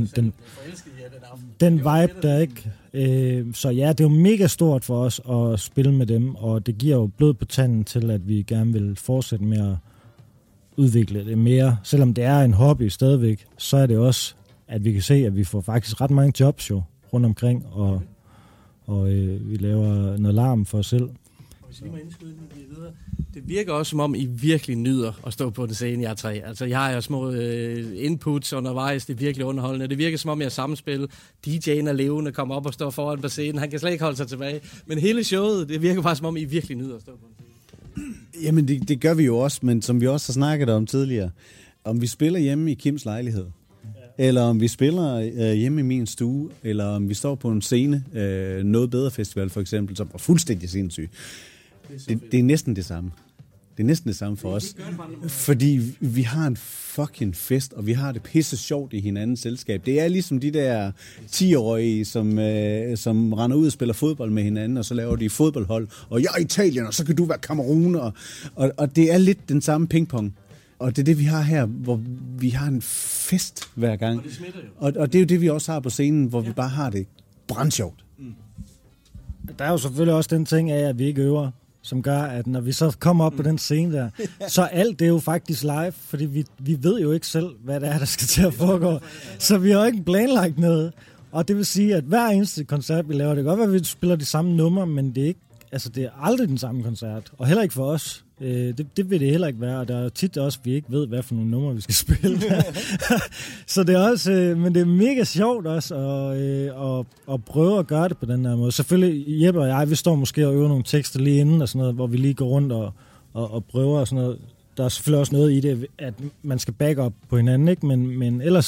den vibe, der ikke. Så ja, det er jo mega stort for os at spille med dem, og det giver jo blod på tanden til, at vi gerne vil fortsætte med at udvikle det mere. Selvom det er en hobby stadigvæk, så er det også, at vi kan se, at vi får faktisk ret mange jobs jo rundt omkring, og vi laver noget larm for os selv. Hvis vi må indskyde den videre. Det virker også, som om I virkelig nyder at stå på den scene, jeg tre. Altså, jeg har jo små inputs undervejs, det er virkelig underholdende. Det virker, som om jeg samspil. DJ'en er levende, kommer op og står foran på scenen. Han kan slet ikke holde sig tilbage. Men hele showet, det virker faktisk, som om I virkelig nyder at stå på den scene. Jamen, det gør vi jo også, men som vi også har snakket om tidligere. Om vi spiller hjemme i Kims lejlighed, eller om vi spiller hjemme i min stue, eller om vi står på en scene, Noget Bedre Festival for eksempel, som var fuldstændig sindssyg. Det er næsten det samme. Det er næsten det samme for os. Fordi vi har en fucking fest, og vi har det pisse sjovt i hinandens selskab. Det er ligesom de der 10-årige, som render ud og spiller fodbold med hinanden, og så laver de fodboldhold. Og jeg er Italien, og så kan du være Cameroon. Og det er lidt den samme pingpong. Og det er det, vi har her, hvor vi har en fest hver gang. Og det smitter jo. Og det er jo det, vi også har på scenen, hvor vi bare har det brandsjovt. Der er jo selvfølgelig også den ting af, at vi ikke øver, som gør, at når vi så kommer op på den scene der, så alt det er jo faktisk live, fordi vi ved jo ikke selv, hvad det er, der skal til at foregå. Så vi har jo ikke planlagt noget. Og det vil sige, at hver eneste koncert, vi laver, det kan godt være, at vi spiller de samme numre, men det er ikke, altså det er aldrig den samme koncert. Og heller ikke for os. Det vil det heller ikke være, og der er tit også, vi ikke ved, hvad for nogle numre vi skal spille. Så det er også, men det er mega sjovt også at prøve at gøre det på den her måde. Selvfølgelig, Jeppe og jeg, vi står måske og øver nogle tekster lige inden, og sådan noget, hvor vi lige går rundt og prøver og sådan noget. Der er selvfølgelig også noget i det, at man skal back up på hinanden, ikke? Men ellers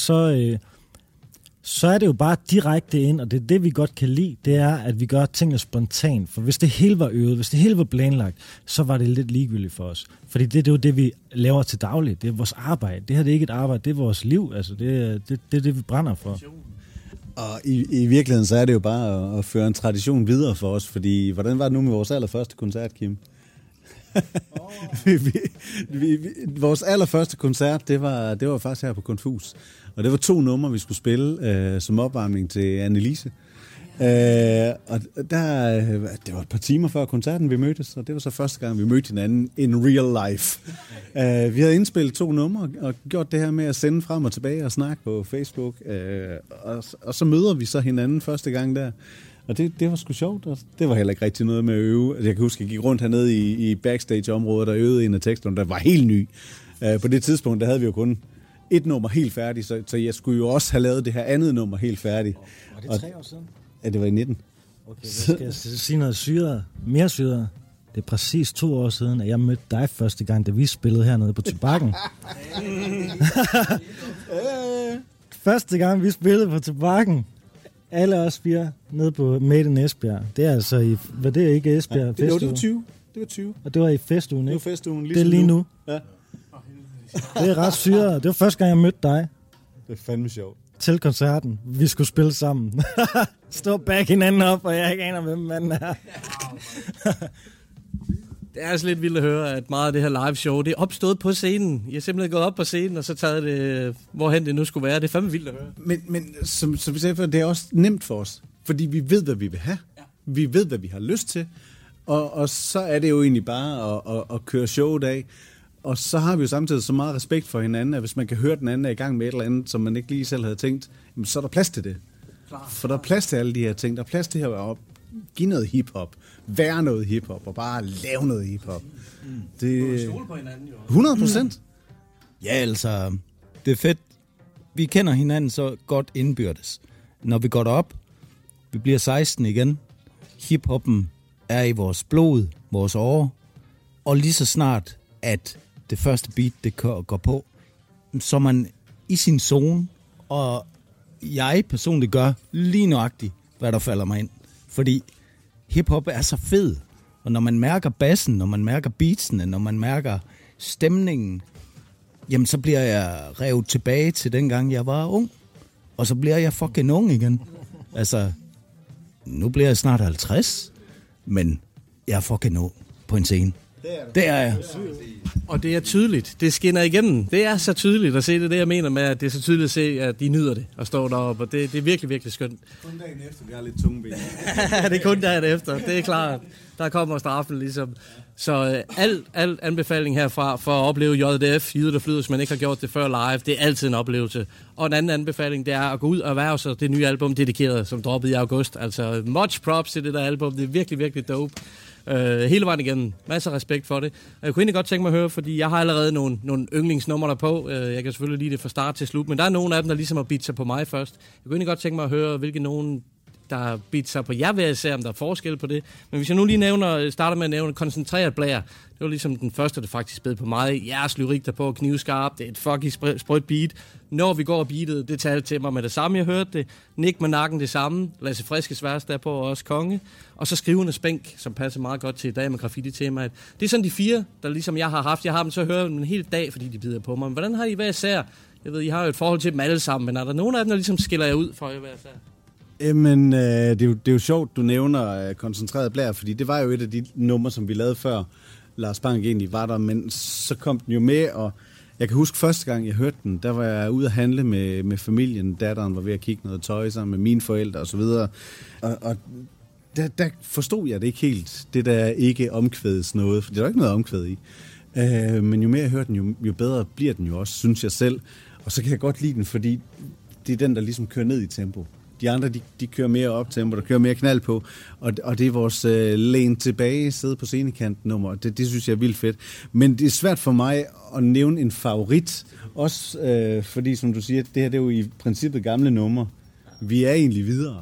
så er det jo bare direkte ind, og det er det, vi godt kan lide, det er, at vi gør tingene spontant. For hvis det hele var øvet, hvis det hele var planlagt, så var det lidt ligegyldigt for os. Fordi det er jo det, vi laver til dagligt. Det er vores arbejde. Det her det er ikke et arbejde, det er vores liv. Altså, det er det, vi brænder for. Og i virkeligheden, så er det jo bare at føre en tradition videre for os, fordi hvordan var det nu med vores allerførste koncert, Kim? Vores allerførste koncert, det var faktisk her på Konfus. Og det var 2 numre, vi skulle spille som opvarmning til Annelise. Og det var et par timer før koncerten, vi mødtes, og det var så første gang, vi mødte hinanden in real life. Vi havde indspillet 2 numre og gjort det her med at sende frem og tilbage og snakke på Facebook. Og så møder vi så hinanden første gang der. Og det var sgu sjovt, og det var heller ikke rigtig noget med at øve. Jeg kan huske, at jeg gik rundt hernede i backstage-området og øvede en af teksterne, der var helt ny. På det tidspunkt, der havde vi jo kun 1 nummer helt færdigt, så jeg skulle jo også have lavet det her andet nummer helt færdigt. Var det 3 år siden? Ja, det var i 19. Okay, skal jeg sige noget syret? Mere syret? Det er præcis 2 år siden, at jeg mødte dig første gang, da vi spillede hernede på Tobakken. Første gang, vi spillede på Tobakken. Alle os 4 nede på Made in Esbjerg. Det er altså var det ikke Esbjerg festuge? Det var 20. Det var 20. Og det var i festugen, ikke? Det var festugen, ligesom det er lige nu. Ja. Det er ret syret. Det var første gang, jeg mødte dig. Det er fandme sjovt. Til koncerten. Vi skulle spille sammen. Stå back hinanden op, og jeg ikke aner, hvem manden er. Det er altså lidt vildt at høre, at meget af det her live show, det er opstået på scenen. Jeg har simpelthen gået op på scenen, og så taget det, hvorhen det nu skulle være. Det er fandme vildt at høre. Men som vi sagde før, det er også nemt for os. Fordi vi ved, hvad vi vil have. Ja. Vi ved, hvad vi har lyst til. Og så er det jo egentlig bare at køre showet af. Og så har vi jo samtidig så meget respekt for hinanden, at hvis man kan høre, den anden er i gang med et eller andet, som man ikke lige selv havde tænkt, så er der plads til det. Klar. For der er plads til alle de her ting. Der er plads til at give noget hiphop, være noget hiphop, og bare lave noget hiphop. Det stole på hinanden jo. 100%. Ja, altså, det er fedt. Vi kender hinanden så godt indbyrdes. Når vi går derop, vi bliver 16 igen. Hiphoppen er i vores blod, vores åre, og lige så snart at det første beat, det går på, så er man i sin zone, og jeg personligt gør lige nøjagtigt, hvad der falder mig ind. Fordi hiphop er så fed, og når man mærker bassen, når man mærker beatsene, når man mærker stemningen, jamen så bliver jeg revet tilbage til dengang, jeg var ung, og så bliver jeg fucking ung igen. Altså, nu bliver jeg snart 50, men jeg er fucking ung på en scene. Det er jeg. Og det er tydeligt. Det skinner igennem. Det er så tydeligt at se det, jeg mener med, at det er så tydeligt at se, at de nyder det og står deroppe. Og det er virkelig, virkelig skønt. Kun dagen efter, vi har lidt tunge ben. Det er kun dagen efter. Det er klart. Der kommer straffen ligesom. Så alt anbefaling herfra for at opleve JDF, Jyder der flyder, hvis man ikke har gjort det før live, det er altid en oplevelse. Og en anden anbefaling, det er at gå ud og erhverve sig det nye album, Dedikeret, som droppede i august. Altså much props til det der album. Det er virkelig, virkelig dope. hele vejen igennem. Masser af respekt for det. Jeg kunne egentlig godt tænke mig at høre, fordi jeg har allerede nogle yndlingsnumre der på. Jeg kan selvfølgelig lide det fra start til slut, men der er nogle af dem, der ligesom har bidt sig på mig først. Jeg kunne egentlig godt tænke mig at høre, hvilke nogen der har bidt sig på jer ved at se, om der er forskel på det. Men hvis jeg nu lige starter med at nævne koncentreret blære, det var ligesom den første, der faktisk bed på mig. Jeres lyrik der på knivskarp, det er et fucking sprødt beat. Når vi går og beatet, det talte til mig med det samme, jeg hørte det. Nick med nakken det samme, Lasse Friskes vers derpå, og også konge. Og så skrivende spænk, som passer meget godt til i dag med graffiti-temaet. Det er sådan de 4, der ligesom jeg har haft. Jeg har dem så hørt en hel dag, fordi de bider på mig. Men hvordan har I hver især? Jeg ved, I har jo et forhold til dem alle sammen, men er der nogen af dem, der ligesom skiller jer ud for jer hver især? Jamen, det er jo sjovt, du nævner koncentreret blære, fordi det var jo et af de numre, som vi lavede før Lars Bang egentlig var der, men så kom den jo med, og jeg kan huske første gang, jeg hørte den, der var jeg ude at handle med familien, datteren var ved at kigge noget tøj sammen med mine forældre osv., og der forstod jeg det ikke helt, det der ikke omkvædes noget, for det er jo ikke noget omkvæd i, men jo mere jeg hører den, jo bedre bliver den jo også, synes jeg selv, og så kan jeg godt lide den, fordi det er den, der ligesom kører ned i tempo. De andre, de kører mere op tempo, der kører mere knald på, og det er vores læn tilbage, sidde på scenekanten nummer. Det synes jeg er vildt fedt. Men det er svært for mig at nævne en favorit, også fordi, som du siger, det her det er jo i princippet gamle numre. Vi er egentlig videre.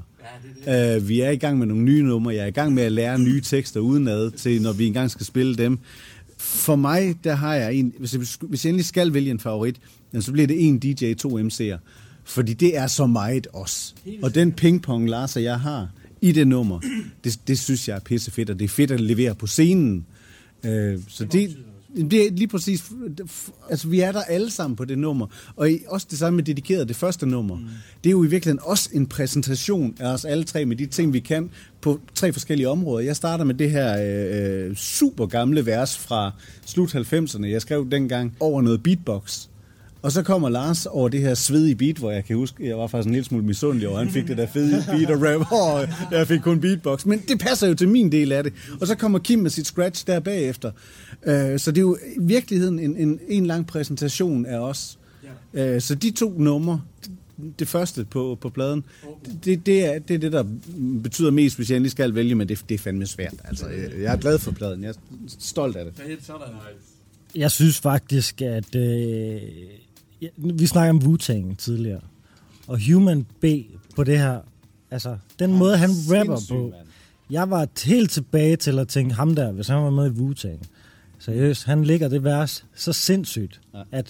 Vi er i gang med nogle nye numre. Jeg er i gang med at lære nye tekster udenad til, når vi engang skal spille dem. For mig, der har jeg en, hvis jeg endelig skal vælge en favorit, så bliver det en DJ, 2 MC'er. Fordi det er så meget os. Og den pingpong, Lars og jeg har i det nummer, det synes jeg er pissefedt, og det er fedt at levere på scenen. Så det er lige præcis, altså vi er der alle sammen på det nummer, og også det samme med dedikeret, det første nummer. Det er jo i virkeligheden også en præsentation af os alle tre med de ting, vi kan på 3 forskellige områder. Jeg starter med det her super gamle vers fra slut 90'erne. Jeg skrev dengang over noget beatbox. Og så kommer Lars over det her svedige beat, hvor jeg kan huske, jeg var faktisk en lille smule misundelig over, han fik det der fede beat og rap, og jeg fik kun beatbox. Men det passer jo til min del af det. Og så kommer Kim med sit scratch der bagefter. Så det er jo i virkeligheden en lang præsentation af os. Så de 2 numre, det første på pladen, det er det, der betyder mest, hvis jeg endelig skal vælge, men det er fandme svært. Altså, jeg er glad for pladen, jeg er stolt af det. Jeg synes faktisk, at vi snakker om Wu-Tang tidligere, og Human B på det her, altså den måde han rapper på, jeg var helt tilbage til at tænke ham der, hvis han var med i Wu-Tang. Seriøst, han ligger det vers så sindssygt, at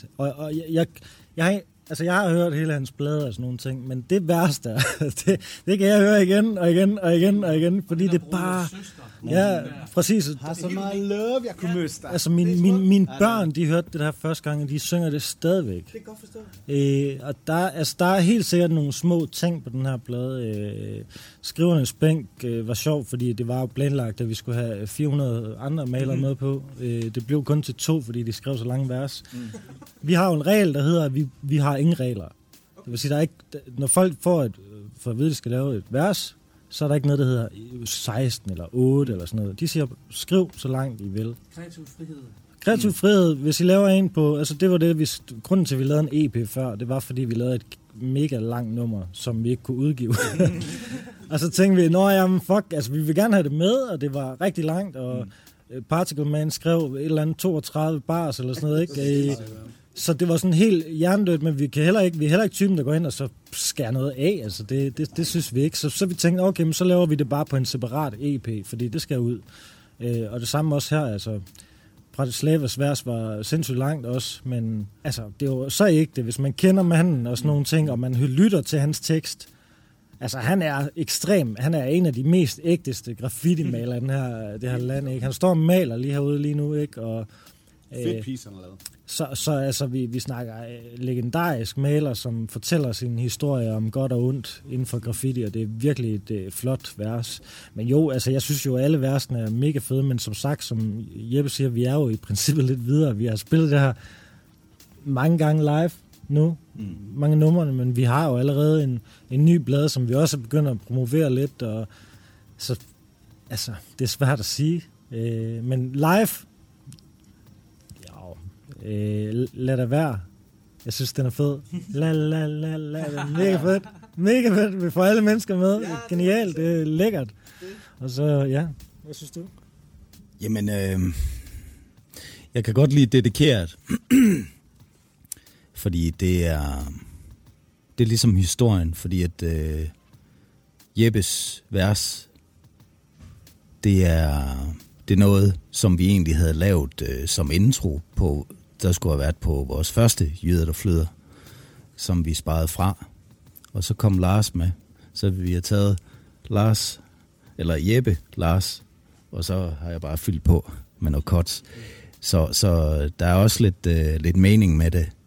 jeg har hørt hele hans blade og sådan nogle ting, men det værste, det kan jeg høre igen og igen og igen og igen, fordi det er bare... Ja, præcis. Har så meget love, jeg kunne møde dig. Altså, mine børn, de hørte det der første gang, og de synger det stadigvæk. Det kan godt forstå. Og der er helt sikkert nogle små ting på den her plade. Skrivernes bænk var sjov, fordi det var jo planlagt, at vi skulle have 400 andre malere med på. Det blev kun til 2, fordi de skrev så lange vers. Vi har jo en regel, der hedder, at vi har ingen regler. Det vil sige, der er ikke, når folk får at vide, at de skal lave et vers, så er der ikke noget, der hedder 16 eller 8 eller sådan noget. De siger, skriv så langt I vil. Kreativ frihed. Hvis I laver en på... Altså det var det, grunden til, at vi lavede en EP før, det var, fordi vi lavede et mega langt nummer, som vi ikke kunne udgive. Og så tænkte vi, jamen fuck, altså vi vil gerne have det med, og det var rigtig langt, og Particle Man skrev et eller andet 32 bars eller sådan noget, ikke? Så det var sådan helt hjernedødt, men vi er heller ikke typen, der går ind og så skærer noget af. Altså det synes vi ikke. Så vi tænkte, okay, men så laver vi det bare på en separat EP, fordi det skal ud. Og det samme også her, altså Bratislavas vers var sindssygt langt også, men altså, det er jo så ikke det. Hvis man kender manden og sådan nogle ting, og man lytter til hans tekst, altså han er ekstrem. Han er en af de mest ægteste graffiti-malere i det her land, ikke? Han står og maler lige herude lige nu, ikke? Og fedt piece, han har lavet. Så altså, vi snakker legendarisk maler, som fortæller sin historie om godt og ondt inden for graffiti, og det er virkelig et flot vers. Men jo, altså, jeg synes jo, at alle versene er mega fede, men som sagt, som Jeppe siger, vi er jo i princippet lidt videre. Vi har spillet det her mange gange live nu, mange numrene, men vi har jo allerede en ny blad, som vi også begynder at promovere lidt, og så, altså, det er svært at sige. Men live, lad det være. Jeg synes, den er fed. Mega fedt. Mega fedt. Vi får alle mennesker med. Genialt. Det er lækkert. Og så, ja. Hvad synes du? Jamen, jeg kan godt lide dedikeret, fordi det er ligesom historien, fordi at Jeppes vers, det er noget, som vi egentlig havde lavet som intro på, der skulle have været på vores første Jyder, der flyder, som vi sparede fra. Og så kom Lars med, så vi har taget Jeppe, Lars, og så har jeg bare fyldt på med noget cuts. Så der er også lidt mening med det.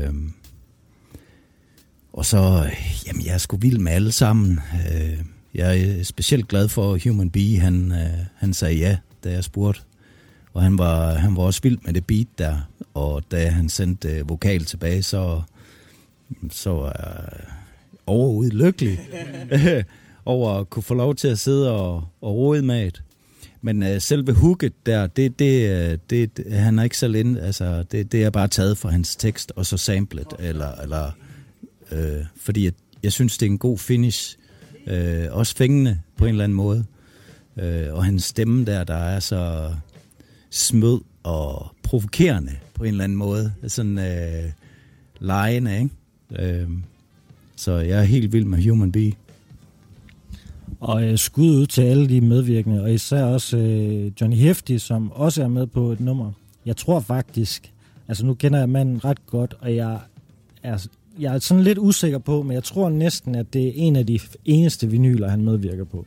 Og så, jamen jeg er sgu vild med alle sammen. Jeg er specielt glad for Human Bee, han sagde ja, da jeg spurgte. Og han var også vild med det beat der, og da han sendte vokal tilbage, så var jeg overude lykkelig over at kunne få lov til at sidde og rode med det. Men selve hooket der, det han er ikke selv inde, altså det er bare taget fra hans tekst og så samplet, fordi jeg synes det er en god finish, også fængende på en eller anden måde, og hans stemme der er så smød og provokerende på en eller anden måde, sådan legende, ikke? Så jeg er helt vild med Human Bee. Og skud ud til alle de medvirkende, og især også Johnny Hefti, som også er med på et nummer. Jeg tror faktisk, altså nu kender jeg manden ret godt, og jeg er sådan lidt usikker på, men jeg tror næsten, at det er en af de eneste vinyler, han medvirker på.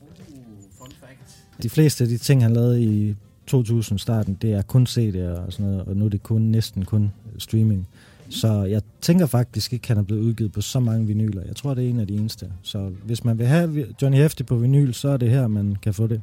De fleste af de ting, han lavede i 2000-starten, det er kun CD'er og sådan noget, og nu er det næsten kun streaming. Så jeg tænker faktisk ikke, at han er blevet udgivet på så mange vinyler. Jeg tror, det er en af de eneste. Så hvis man vil have Johnny Hefti på vinyl, så er det her, man kan få det.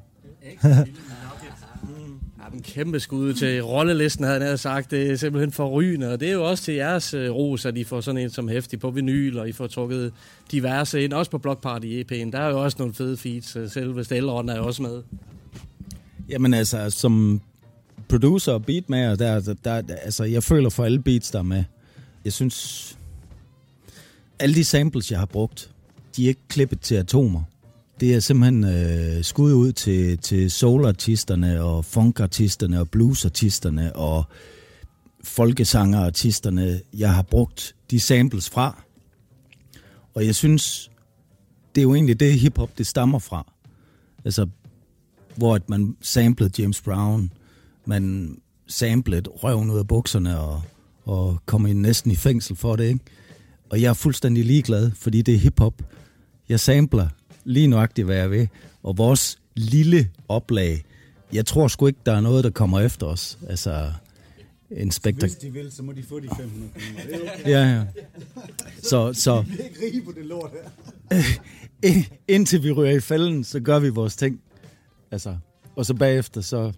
En kæmpe skud til rollelisten, havde jeg sagt. Det er simpelthen forrygende, og det er jo også til jeres ros, at I får sådan en som Hefti på vinyl, og I får trukket diverse ind, også på Block Party EP'en. Der er jo også nogle fede feeds. Selve Stelleren er jo også med. Jamen altså, som producer og beatmager, der altså, jeg føler for alle beats, der er med. Jeg synes, alle de samples, jeg har brugt, de er ikke klippet til atomer. Det er simpelthen skud ud til soulartisterne og funkartisterne og bluesartisterne og folkesangerartisterne. Jeg har brugt de samples fra. Og jeg synes, det er jo egentlig det hiphop, det stammer fra. Altså, hvor man samplede James Brown, man samplede røven ud af bukserne og kom næsten i fængsel for det, ikke? Og jeg er fuldstændig ligeglad, fordi det er hiphop. Jeg sampler lige nøjagtigt, hvad jeg vil. Og vores lille oplag, jeg tror sgu ikke, der er noget, der kommer efter os. Altså, en spektakel. Hvis de vil, så må de få de 500 kroner. Ja. Så vi er ikke rige på det lort her. Indtil vi ryger i fælden, så gør vi vores ting. Altså, og så bagefter, så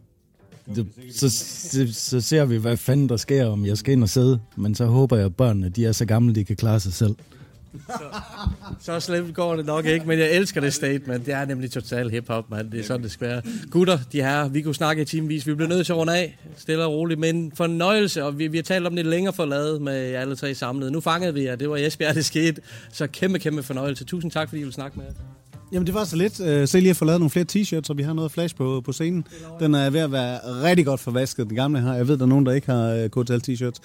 ser vi, hvad fanden der sker, om jeg skal ind og sidde. Men så håber jeg, at børnene, de er så gamle, de kan klare sig selv. Så slemt går det nok ikke, men jeg elsker det statement. Det er nemlig total hiphop, mand. Det er sådan, det skal være. Gutter, de her, vi kunne snakke i timevis. Vi bliver nødt til at runde af, stille og roligt, men fornøjelse, og vi har talt om det længere forladet med alle tre samlet. Nu fangede vi jer, det var Esbjerg, det skete. Så kæmpe fornøjelse. Tusind tak, fordi I ville snakke med os. Jamen, det var så lidt. Se lige at få lavet nogle flere t-shirts, og vi har noget flash på scenen. Den er ved at være rigtig godt forvasket, den gamle her. Jeg ved, der er nogen, der ikke har KTL t-shirts.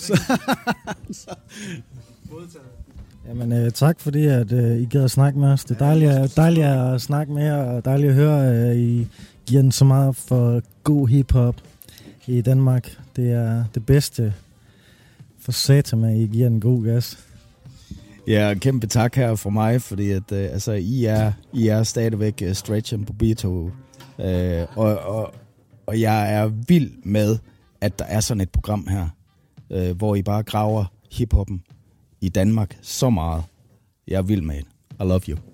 Jamen, tak fordi, at I gad at snakke med os. Det er dejligt at snakke med jer, og dejligt at høre, at I giver den så meget for god hiphop i Danmark. Det er det bedste for satan, at I giver den god gas. Ja, kæmpe tak her fra mig, fordi at, I er stadigvæk Stretch på Beto. Og jeg er vild med, at der er sådan et program her, hvor I bare graver hiphoppen i Danmark så meget. Jeg er vild med det. I love you.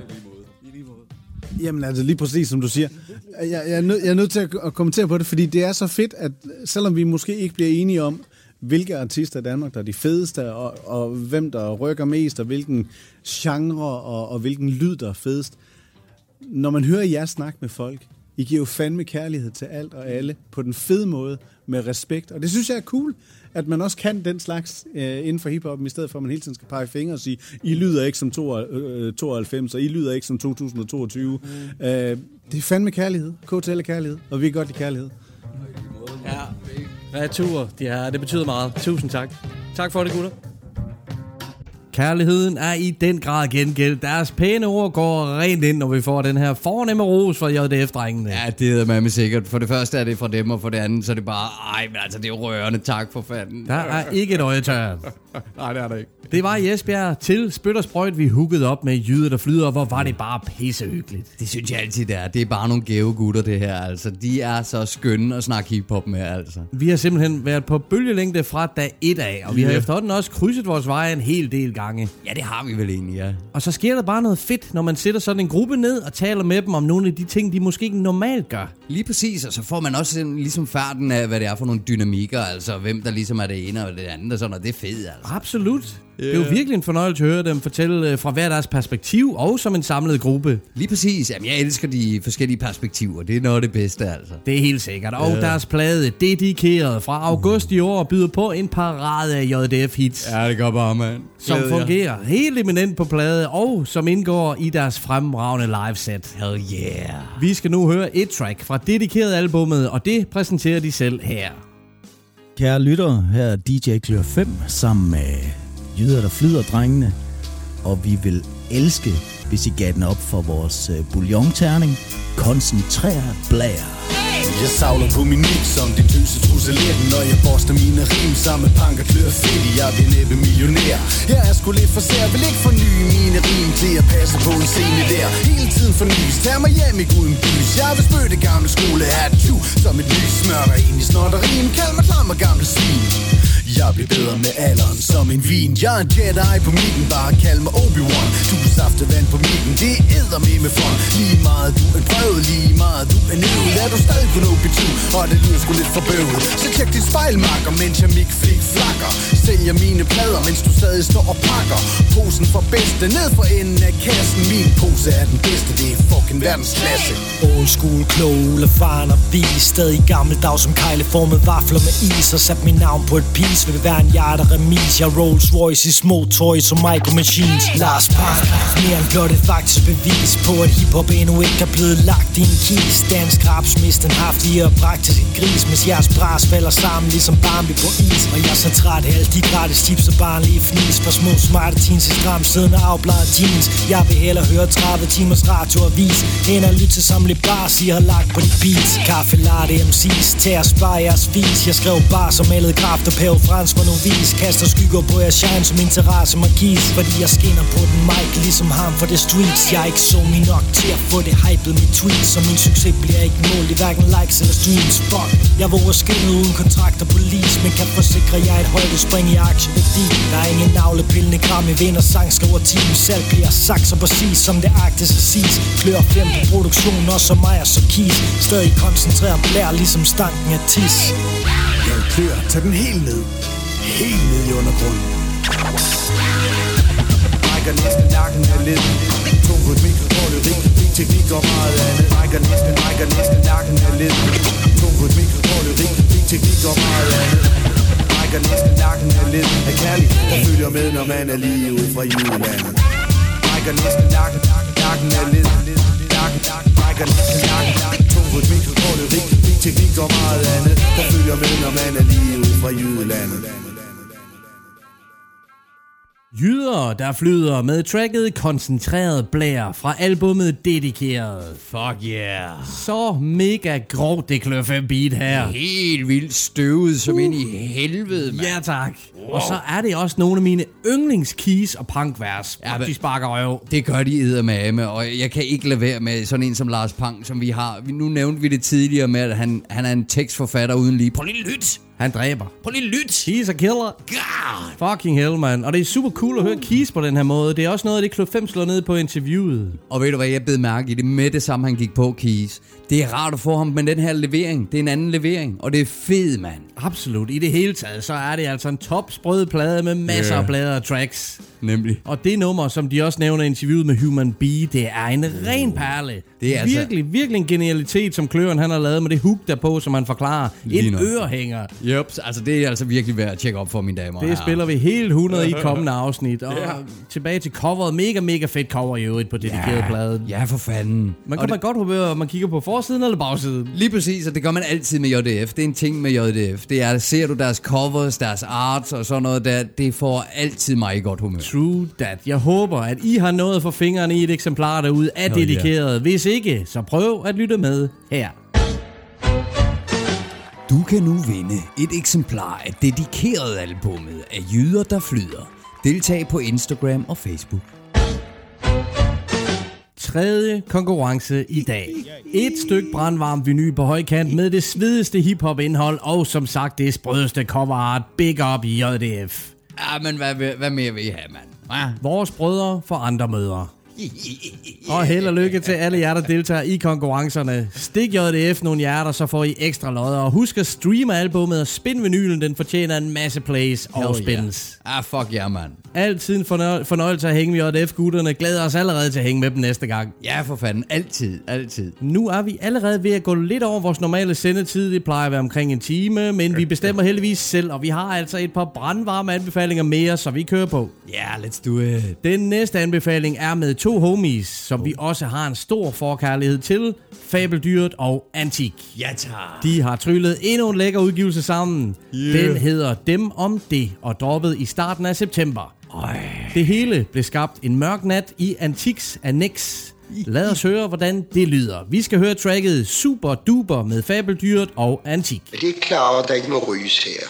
Jamen altså lige præcis som du siger. Jeg er nødt til at kommentere på det, fordi det er så fedt, at selvom vi måske ikke bliver enige om, hvilke artister i Danmark, der er de fedeste, og hvem der rykker mest, og hvilken genre og hvilken lyd, der er fedest. Når man hører jer snakke med folk, I giver jo fandme kærlighed til alt og alle på den fede måde, med respekt. Og det synes jeg er cool, at man også kan den slags inden for hiphoppen, i stedet for at man hele tiden skal pege fingre og sige, I lyder ikke som 92, og I lyder ikke som 2022. Det er fandme kærlighed. KTL er kærlighed, og vi kan godt lide kærlighed. Ja, retur. Det betyder meget. Tusind tak. Tak for det, gutter. Kærligheden er i den grad gengældt. Deres pæne ord går rent ind, når vi får den her fornemme ros fra JDF-drengene. Ja, det er med sikkert. For det første er det fra dem, og for det andet, så er det bare, men altså, det er jo rørende. Tak for fanden. Der er ikke et øje tørt. Nej, det er der ikke. Det var i Esbjerg til Spyt og Sprøjt, vi hookede op med Jyder, der flyder, og hvor var det bare pissehyggeligt. Det synes jeg altid, det er. Det er bare nogle gæve gutter, det her, altså. De er så skønne at snakke hiphop med, altså. Vi har simpelthen været på bølgelængde fra dag 1 af, og vi har efterhånden også krydset vores veje en hel del gange. Ja, det har vi vel egentlig, ja. Og så sker der bare noget fedt, når man sætter sådan en gruppe ned og taler med dem om nogle af de ting, de måske ikke normalt gør. Lige præcis, og så får man også ligesom færden af, hvad det er for nogle dynamikker, altså hvem der ligesom er det ene og det andet, og sådan, og det er fedt, altså. Absolut. Det er jo virkelig en fornøjelse at høre dem fortælle fra hver deres perspektiv, og som en samlet gruppe. Lige præcis. Jamen, jeg elsker de forskellige perspektiver. Det er noget af det bedste, altså. Det er helt sikkert. Og deres plade, Dedikeret, fra august i år, byder på en parade af JDF-hits. Ja, det går bare, mand. Som fungerer helt eminent på plade, og som indgår i deres fremragende live-set. Hell yeah. Vi skal nu høre et track fra Dedikeret-albummet, og det præsenterer de selv her. Kære lytter, her er DJ Klør 5 sammen med Jyder, der flyder, drengene. Og vi vil elske, hvis I gav den op for vores bouillon-terning. Koncentreret blære. Jeg savler på min mix som de tøse trusseletten, når jeg borster mine rim sammen med punk og klør fedt. Jeg vil næppe millionær. Her er sgu lidt for sær, vil ikke forny mine rim til at passe på en scene der. Hele tiden fornyes, tag mig hjem i uden bys. Jeg vil spøge det gamle skole, attitude som et lys smørter ind i snotterien. Kald mig klam og gamle svin. Jeg bliver bedre med alderen som en vin. Jeg er en Jedi på midten, bare kald mig Obi-Wan. Du er saftevand på midten, det æder med fond. Lige meget du er prøvet, lige meget du er nøvet. Er du stadig kun Obi-2, og det lyder sgu lidt forbøvet. Så tjek dit spejlmarker, mens jeg flik flakker. Sælger mine plader, mens du stadig står og pakker. Posen for bedste, ned for enden af kassen. Min pose er den bedste, det er fucking verdensklasse. Old school, klog, erfaren og vis. Stadig gammeldag som kejleformet vafler med is. Og sat mit navn på et piece. Vil være en hjerte remis. Jeg Rolls Royce i små toys som Micro Machines. Lars Park, mere end blot et faktisk bevis på at hiphop endnu ikke er blevet lagt i en kis. Dansk rapsmist, den haft i at praktisk et gris. Mens jeres bras falder sammen ligesom Bambi på is. Og jeg er så træt af alle de gratis chips og barnlige fnis. For små smarte teens i stram siddende afbladet jeans. Jeg vil hellere høre 30 timers radioavis end at lytte til samle bars I har lagt på de beats. Kaffe latte MC's, tag og spar jeres vis. Jeg skrev bare som malede kraft og pæv fransk var novis. Kaster skygger på jeres shine som interesse markis. Fordi jeg skinner på den mic ligesom ham for the streets. Jeg er ikke så min nok til at få det hypet mit tweets. Så min succes bliver ikke målt i hverken likes eller streams. Fuck, jeg våger skinnet uden kontrakter på lease. Men kan forsikre jeg et højdespring i aktieværdi. Der er ingen navlepillende kram i vind og sang. Skriver team selv bliver sagt så præcis som det agtes at siges. Klør 5 på produktionen også som mig og så kis. Stadig koncentreret blær ligesom stanken af tis. Jeg klør, tag den helt ned. Helt ned i undergrunden. Rækker næsten nakken af lidt. Tung på et mikrofon, lyrik, teknik og meget andet. Rækker næsten nakken af lidt. Tung på et mikrofon, lyrik, teknik og meget andet. Rækker næsten nakken af lidt. Af kærlighed, der følger med, når man er lige ude fra julelandet. Rækker næsten nakken af lidt. Rækker næsten nakken. Tung på et mikrofon, lyrik, teknik og meget andet. Der følger med, når man er lige ude fra julelandet. Jyder, der flyder med tracket Koncentreret blær fra albummet Dedikeret. Fuck yeah. Så mega grovt det Klør 5 beat her. Helt vildt støvet som ind i helvede, mand. Ja tak. Wow. Og så er det også nogle af mine yndlingskeys og punkvers. Ja, de sparker røv. Det gør de eddermame, og jeg kan ikke lade være med sådan en som Lars Pang, som vi har. Nu nævnte vi det tidligere med, at han er en tekstforfatter uden lige. Prøv lige lyt. Han dræber. Prøv lige lyt. He's a killer. God. Fucking hell, man. Og det er super cool at høre Keys på den her måde. Det er også noget af det, Klub 5 slår ned på interviewet. Og ved du hvad, jeg bed mærke i det med det samme, han gik på, Keys. Det er rart at få ham med den her levering. Det er en anden levering, og det er fed, mand. Absolut. I det hele taget, så er det altså en top-sprød plade med masser af plader og tracks. Nemlig. Og det nummer, som de også nævner i interviewet med Human B, det er en ren perle. Det er virkelig en genialitet, som Kløren han har lavet med det hook derpå, som han forklarer. En ørehænger. Yep, altså det er altså virkelig værd at tjekke op for, mine damer. Det spiller vi helt 100 i kommende afsnit. Og tilbage til coveret. Mega fedt cover i øvrigt på dedikeret plade. Ja, for fanden. Man kan godt høre, om man kigger på forsiden eller bagsiden. Lige præcis, og det gør man altid med JDF. Det er en ting med JDF. Det er, ser du deres covers, deres arts og sådan noget der, det får altid mig i godt humør. True that. Jeg håber, at I har noget for fingrene i et eksemplar derude af dedikeret. Hvis ikke, så prøv at lytte med her. Du kan nu vinde et eksemplar af dedikeret albumet af Jyder, der flyder. Deltag på Instagram og Facebook. Tredje konkurrence i dag. Et stykke brandvarm vinyl på højkant med det svedigste hiphop indhold og som sagt det sprødeste cover art. Big up i JDF. Ja, men hvad mere vil I have, mand? Vores brødre for andre mødre. Og held og lykke til alle jer, der deltager i konkurrencerne. Stik JDF nogle hjerter, så får I ekstra lodder. Og husk at streame albumet og spin vinylen. Den fortjener en masse plays og spins. Fuck ja, mand. Altid en fornøjelse at hænge med JDF-gutterne. Glæder os allerede til at hænge med dem næste gang. Ja, for fanden. Altid. Nu er vi allerede ved at gå lidt over vores normale sendetid. Det plejer at være omkring en time, men vi bestemmer heldigvis selv. Og vi har altså et par brandvarme anbefalinger mere, så vi kører på. Let's do it. Den næste anbefaling er med 2 homies, som vi også har en stor forkærlighed til. Fabeldyret og Antik. Ja, tak. De har tryllet endnu en lækker udgivelse sammen. Den hedder Dem om det og droppet i starten af september. Det hele blev skabt en mørk nat i Antiks Annex. Lad os høre, hvordan det lyder. Vi skal høre tracket Super Duper med Fabeldyret og Antik. Det er klart, at der ikke må ryges her.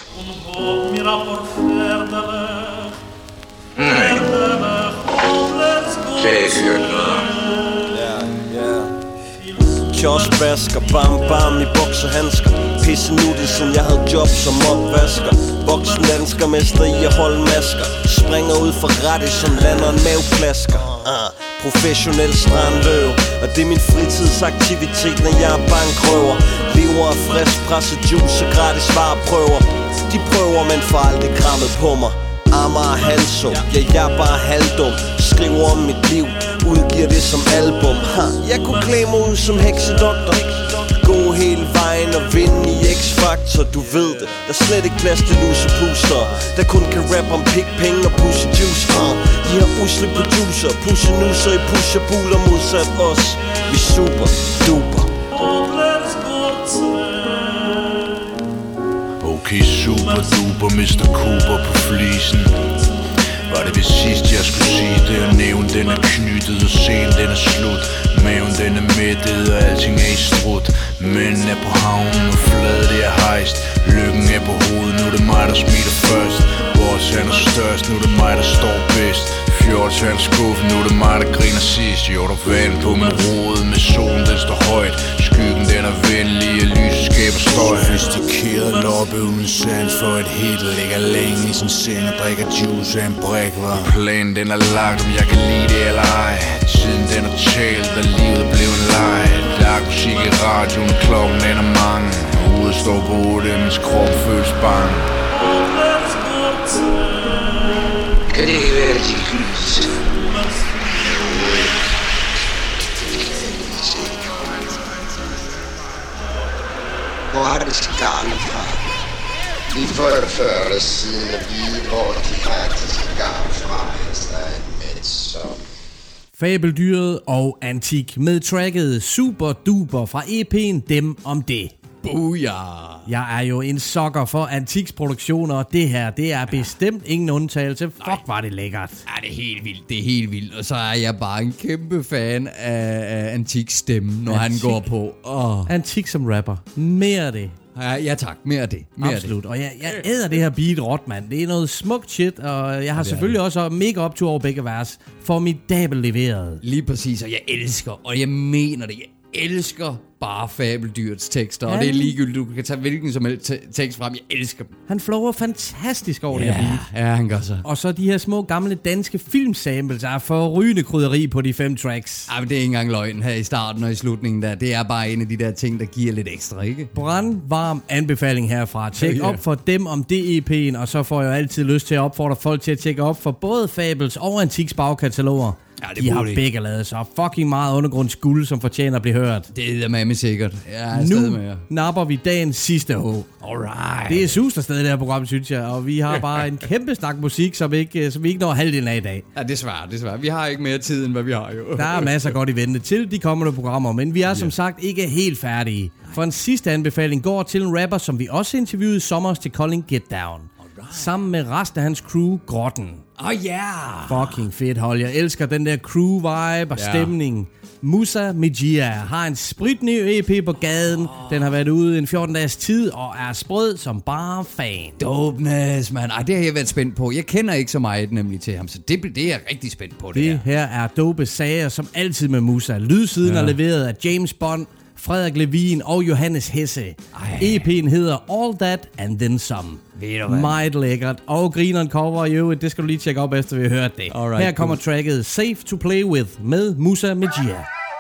Kioskvasker, bam i bukserhandsker. Pisse nudelsen, jeg havde job som opvasker. Voksen dansker, mester i at holde masker. Springer ud for rette, som lander en maveplasker. Professionel strandløv. Og det er min fritidsaktivitet, når jeg er bankrøver. Lever af frisk presset juice og gratis vareprøver. De prøver, men får aldrig krammet på mig. Amager halsum, jeg er bare halvdum. Skriver om mit liv, udgiver det som album. Jeg kunne klæde mig ud som heksedoktor. Gå hele vejen og vinde i X-Factor, du ved det. Der er slet ikke plads til lusepuster, der kun kan rappe om pik, penge og pussy juice. De har usle producer, pushe nusser i pusherbuler modsat os. Vi super duper. Okay, super duper, Mr. Cooper på flisen. Var det ved sidst jeg skulle sige det? Og nævn den er knyttet og scenen den er slut. Maven den er mættet og alting er i strut. Mænden er på havnen og flade det er hejst. Lykken er på hovedet, nu er det mig der smiler først. Vores han er størst, nu er det mig der står bedst. Fjords han er skuffen, nu er det mig der griner sidst. Jo, der vand på min rode, med solen den står højt. Skyggen den er venlig, og lyset skaber støj. Sofistikeret loppe uden sans for et hit. Ligger længe i sin seng og drikker juice af en brik, var. Planen den er lagt, om jeg kan lide det eller ej. Tiden den er talt, og livet er blevet en leg. Lagt musik i radioen, klokken den er mange. Hovedet står på 8, mens kroppen føles bange. Kan det ikke være tilgivelse? Hvor har det cigarerne fra? Vi får det før eller siden at vide, hvor de har de cigarer fra, hvis der er med som... Fabeldyret og Antik med tracket Super Duper fra EP'en Dem om det. Booyah! Jeg er jo en sokker for Antiks produktioner, og det her, det er bestemt ingen undtagelse. Fuck, var det lækkert. Ja, det er helt vildt. Og så er jeg bare en kæmpe fan af Antiks stemme, når han går på. Antik som rapper. Mere af det. Ja tak, mere af det. Absolut. Og jeg æder det her beat råt, mand. Det er noget smukt shit, og jeg har selvfølgelig også mega optur over begge vers. Formidabelt leveret. Lige præcis, og jeg elsker, og jeg mener det. Jeg elsker bare Fabeldyrets tekster, og det er ligegyldigt, du kan tage hvilken som helst tekst frem, jeg elsker dem. Han flower fantastisk over det her beat. Ja, han gør så. Og så de her små gamle danske filmsamples er for rygende krydderi på de 5 tracks. Ej, men det er ikke engang løgn her i starten og i slutningen der. Det er bare en af de der ting, der giver lidt ekstra, ikke? Brandvarm anbefaling herfra. Tjek op for dem om det EP'en, og så får jeg altid lyst til at opfordre folk til at tjekke op for både Fables og Antiks bagkataloger. Ja, de har begge lavet så fucking meget undergrundsguld, som fortjener at blive hørt. Det er med sikkert. Nu napper vi dagens sidste håb. Alright. Det er sustersted det her program, synes jeg. Og vi har bare en kæmpe snak musik, som vi ikke når halvdelen af i dag. Ja, desværre. Vi har ikke mere tid, end hvad vi har jo. Der er masser godt i vente til de kommende programmer, men vi er som sagt ikke helt færdige. For en sidste anbefaling går til en rapper, som vi også interviewede i sommer til Calling Get Down. Sammen med resten af hans crew, Grotten. Fucking fedt hold. Jeg elsker den der crew-vibe og stemning. Musa Mejia har en spritny EP på gaden. Den har været ude en 14 dages tid og er sprød som bare fan. Dopeness, man. Det har jeg været spændt på. Jeg kender ikke så meget nemlig til ham, så det er jeg rigtig spændt på. Det her er dope sager, som altid med Musa. Lydsiden er leveret af James Bond, Frederik Levin og Johannes Hesse. EP'en hedder All That and Then Some. Meget lækkert. Og grineren cover jo, det skal du lige tjekke op efter vi har hørt det. Alright, her kommer tracket Safe to Play With med Musa Mejia.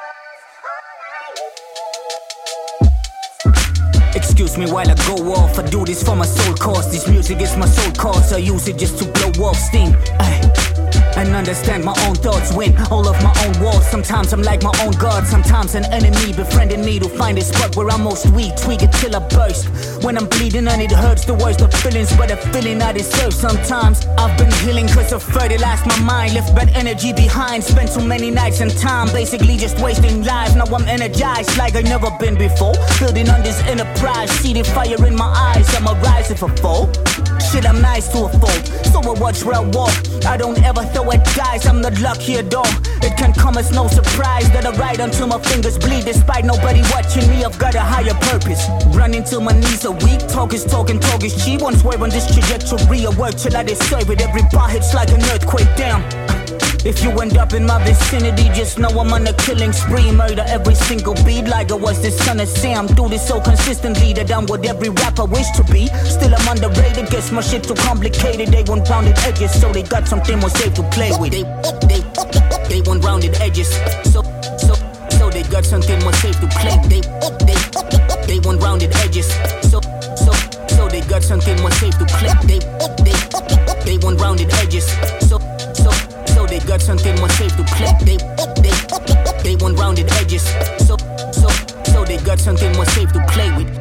Excuse me while I go off. I do this for my soul cause. This music is my soul cause. I use it just to blow off steam. And understand my own thoughts, win all of my own wars. Sometimes I'm like my own god, sometimes an enemy befriending me to find a spot where I'm most weak, tweak it till I burst. When I'm bleeding and it hurts, the worst of feelings, but a feeling I deserve. Sometimes I've been healing cause I've fertilized my mind, left bad energy behind, spent too many nights and time basically just wasting life. Now I'm energized like I've never been before, building on this enterprise, see the fire in my eyes, I'ma rise if I fall. Shit, I'm nice to a fault, so I watch where I walk. I don't ever throw at guys, I'm not lucky at all. It can come as no surprise that I ride until my fingers bleed. Despite nobody watching me, I've got a higher purpose. Running till my knees are weak, talk is cheap. Once we're on this trajectory, I work till I deserve it. Every bar hits like an earthquake, damn. If you end up in my vicinity, just know I'm on a killing spree. Murder every single beat like I was the son of Sam. Do this so consistently that I'm what every rapper wish to be. Still I'm underrated, guess my shit too complicated. They want rounded edges, so they got something more safe to play with. They want rounded edges, so they got something more safe to play. They want rounded edges, so they got something more safe to play. They want rounded edges, so they got something more safe to play. They want rounded edges, so they got something more safe to play with.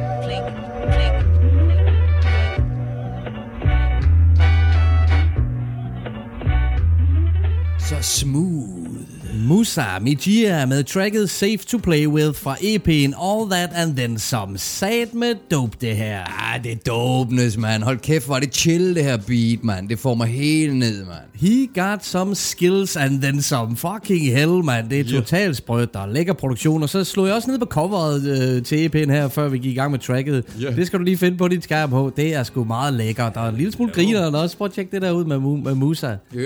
Så smooth. Musa Mejia med tracket Safe to Play With fra EP'en All That and Then Some. Sat med dope det her. Det er dopeness, man. Hold kæft, hvor er det chill det her beat, man. Det får mig helt ned, man. He got some skills and then some. Fucking hell, man. Det er totalt sprødt. Der er lækker produktion. Og så slog jeg også ned på coveret til EP'en her, før vi gik i gang med tracket. Det skal du lige finde på dit skærm på. Det er sgu meget lækker. Der er en lille smule griner også. Prøv at tjekke det der ud med Musa. Ja.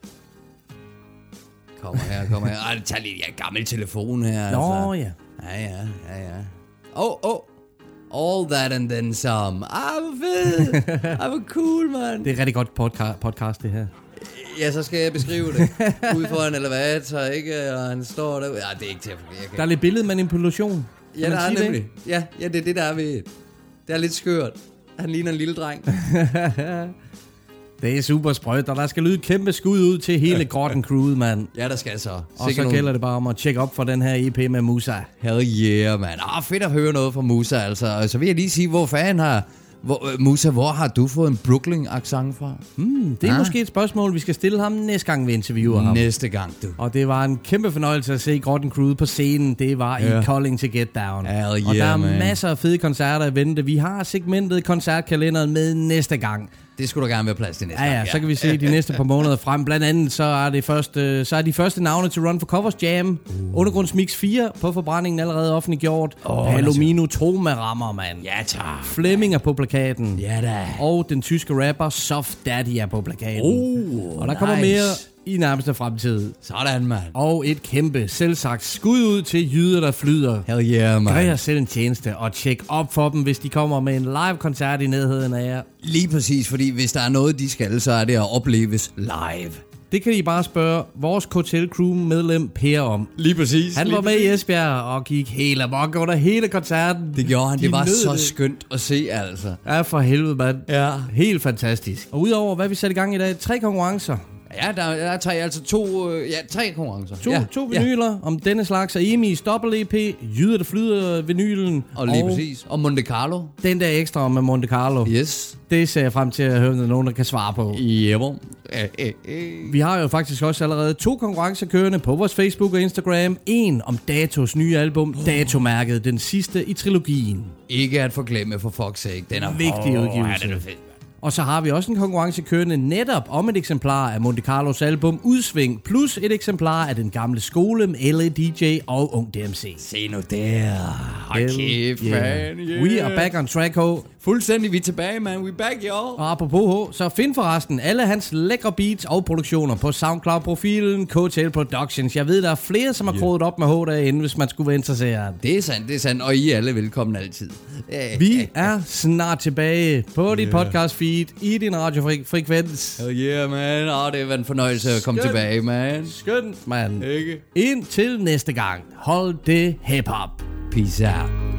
Kom her. Det tager lige en gammel telefon her. Nå, altså. Ja. All that and then some. Hvor fed. Hvor cool, man. Det er et rigtig godt podcast, det her. Ja, så skal jeg beskrive det. Ude for en elevator, ikke? Og han står der. Ja, det er ikke til at fungere. Der er lidt billedmanipulation. Ja, der er nemlig. Ja, det er det, der er ved. Det er lidt skørt. Han ligner en lille dreng. Det er super sprødt, og der skal lyde et kæmpe skud ud til hele Grotten crewet, mand. Ja, der skal så. Og så gælder det bare om at tjekke op for den her EP med Musa. Hell yeah, man. Fedt at høre noget fra Musa, altså. Så vil jeg lige sige, hvor har du fået en Brooklyn-accent fra? Det er måske et spørgsmål, vi skal stille ham næste gang, vi interviewer ham. Næste gang, du. Og det var en kæmpe fornøjelse at se Grotten crewet på scenen. Det var i Calling to Get Down. Hell yeah, og der er man. masser af fede koncerter i vente. Vi har segmentet koncertkalenderen med næste gang. Det skulle der gerne være plads til næste gang. Ja, så kan vi se de næste par måneder frem. Blandt andet så er de første navne til Run for Covers Jam. Undergrundsmix 4 på forbrændingen allerede offentliggjort. Palomino Toma rammer, mand. Ja, tak. Flemming er på plakaten. Ja da. Og den tyske rapper Soft Daddy er på plakaten. Og der kommer mere i nærmeste fremtid. Sådan, mand. Og et kæmpe selvsagt skud ud til jyder, der flyder. Hell yeah, man. Gør jer selv en tjeneste og tjek op for dem, hvis de kommer med en live-koncert i nærheden af jer. Lige præcis, fordi hvis der er noget, de skal, så er det at opleves live. Det kan I bare spørge vores Coachella Crew-medlem Per om. Lige præcis. Han var med i Esbjerg og gik helt amok under hele koncerten. Det gjorde han. Det var så skønt at se, altså. Ja, for helvede, mand. Ja. Helt fantastisk. Og udover, hvad vi satte i gang i dag, 3 konkurrencer. Ja, der er tre konkurrencer. To vinyler om denne slags af Emis dobbelt EP, Jyder, der flyder vinylen. Og lige præcis. Og Monte Carlo. Den der ekstra med Monte Carlo. Yes. Det ser jeg frem til at høre, nogen der kan svare på. Jepper. Vi har jo faktisk også allerede 2 konkurrencer kørende på vores Facebook og Instagram. En om Datos nye album, Datomærket, den sidste i trilogien. Ikke at forglemme, for fuck's sake. Den er vigtig udgivelse. Den er fed. Og så har vi også en konkurrence kørende netop om et eksemplar af Monte Carlos album Udsving, plus et eksemplar af den gamle skole med LA DJ og Ung DMC. Se nu der. Okay, fan. Yeah. We are back on track, ho. Fuldstændig, vi er tilbage, man. We back, y'all. Og apropos, så find forresten alle hans lækre beats og produktioner på SoundCloud-profilen KTL Productions. Jeg ved, der er flere, som har kroget op med H derinde, hvis man skulle være interesseret. Det er sandt, og I er alle velkommen altid. Vi er snart tilbage på dit podcast feed i din radiofrekvens. Oh yeah, man. Det var en fornøjelse at komme tilbage, man. Skønt, man. Ikke? Indtil næste gang. Hold det hip-hop. Peace out.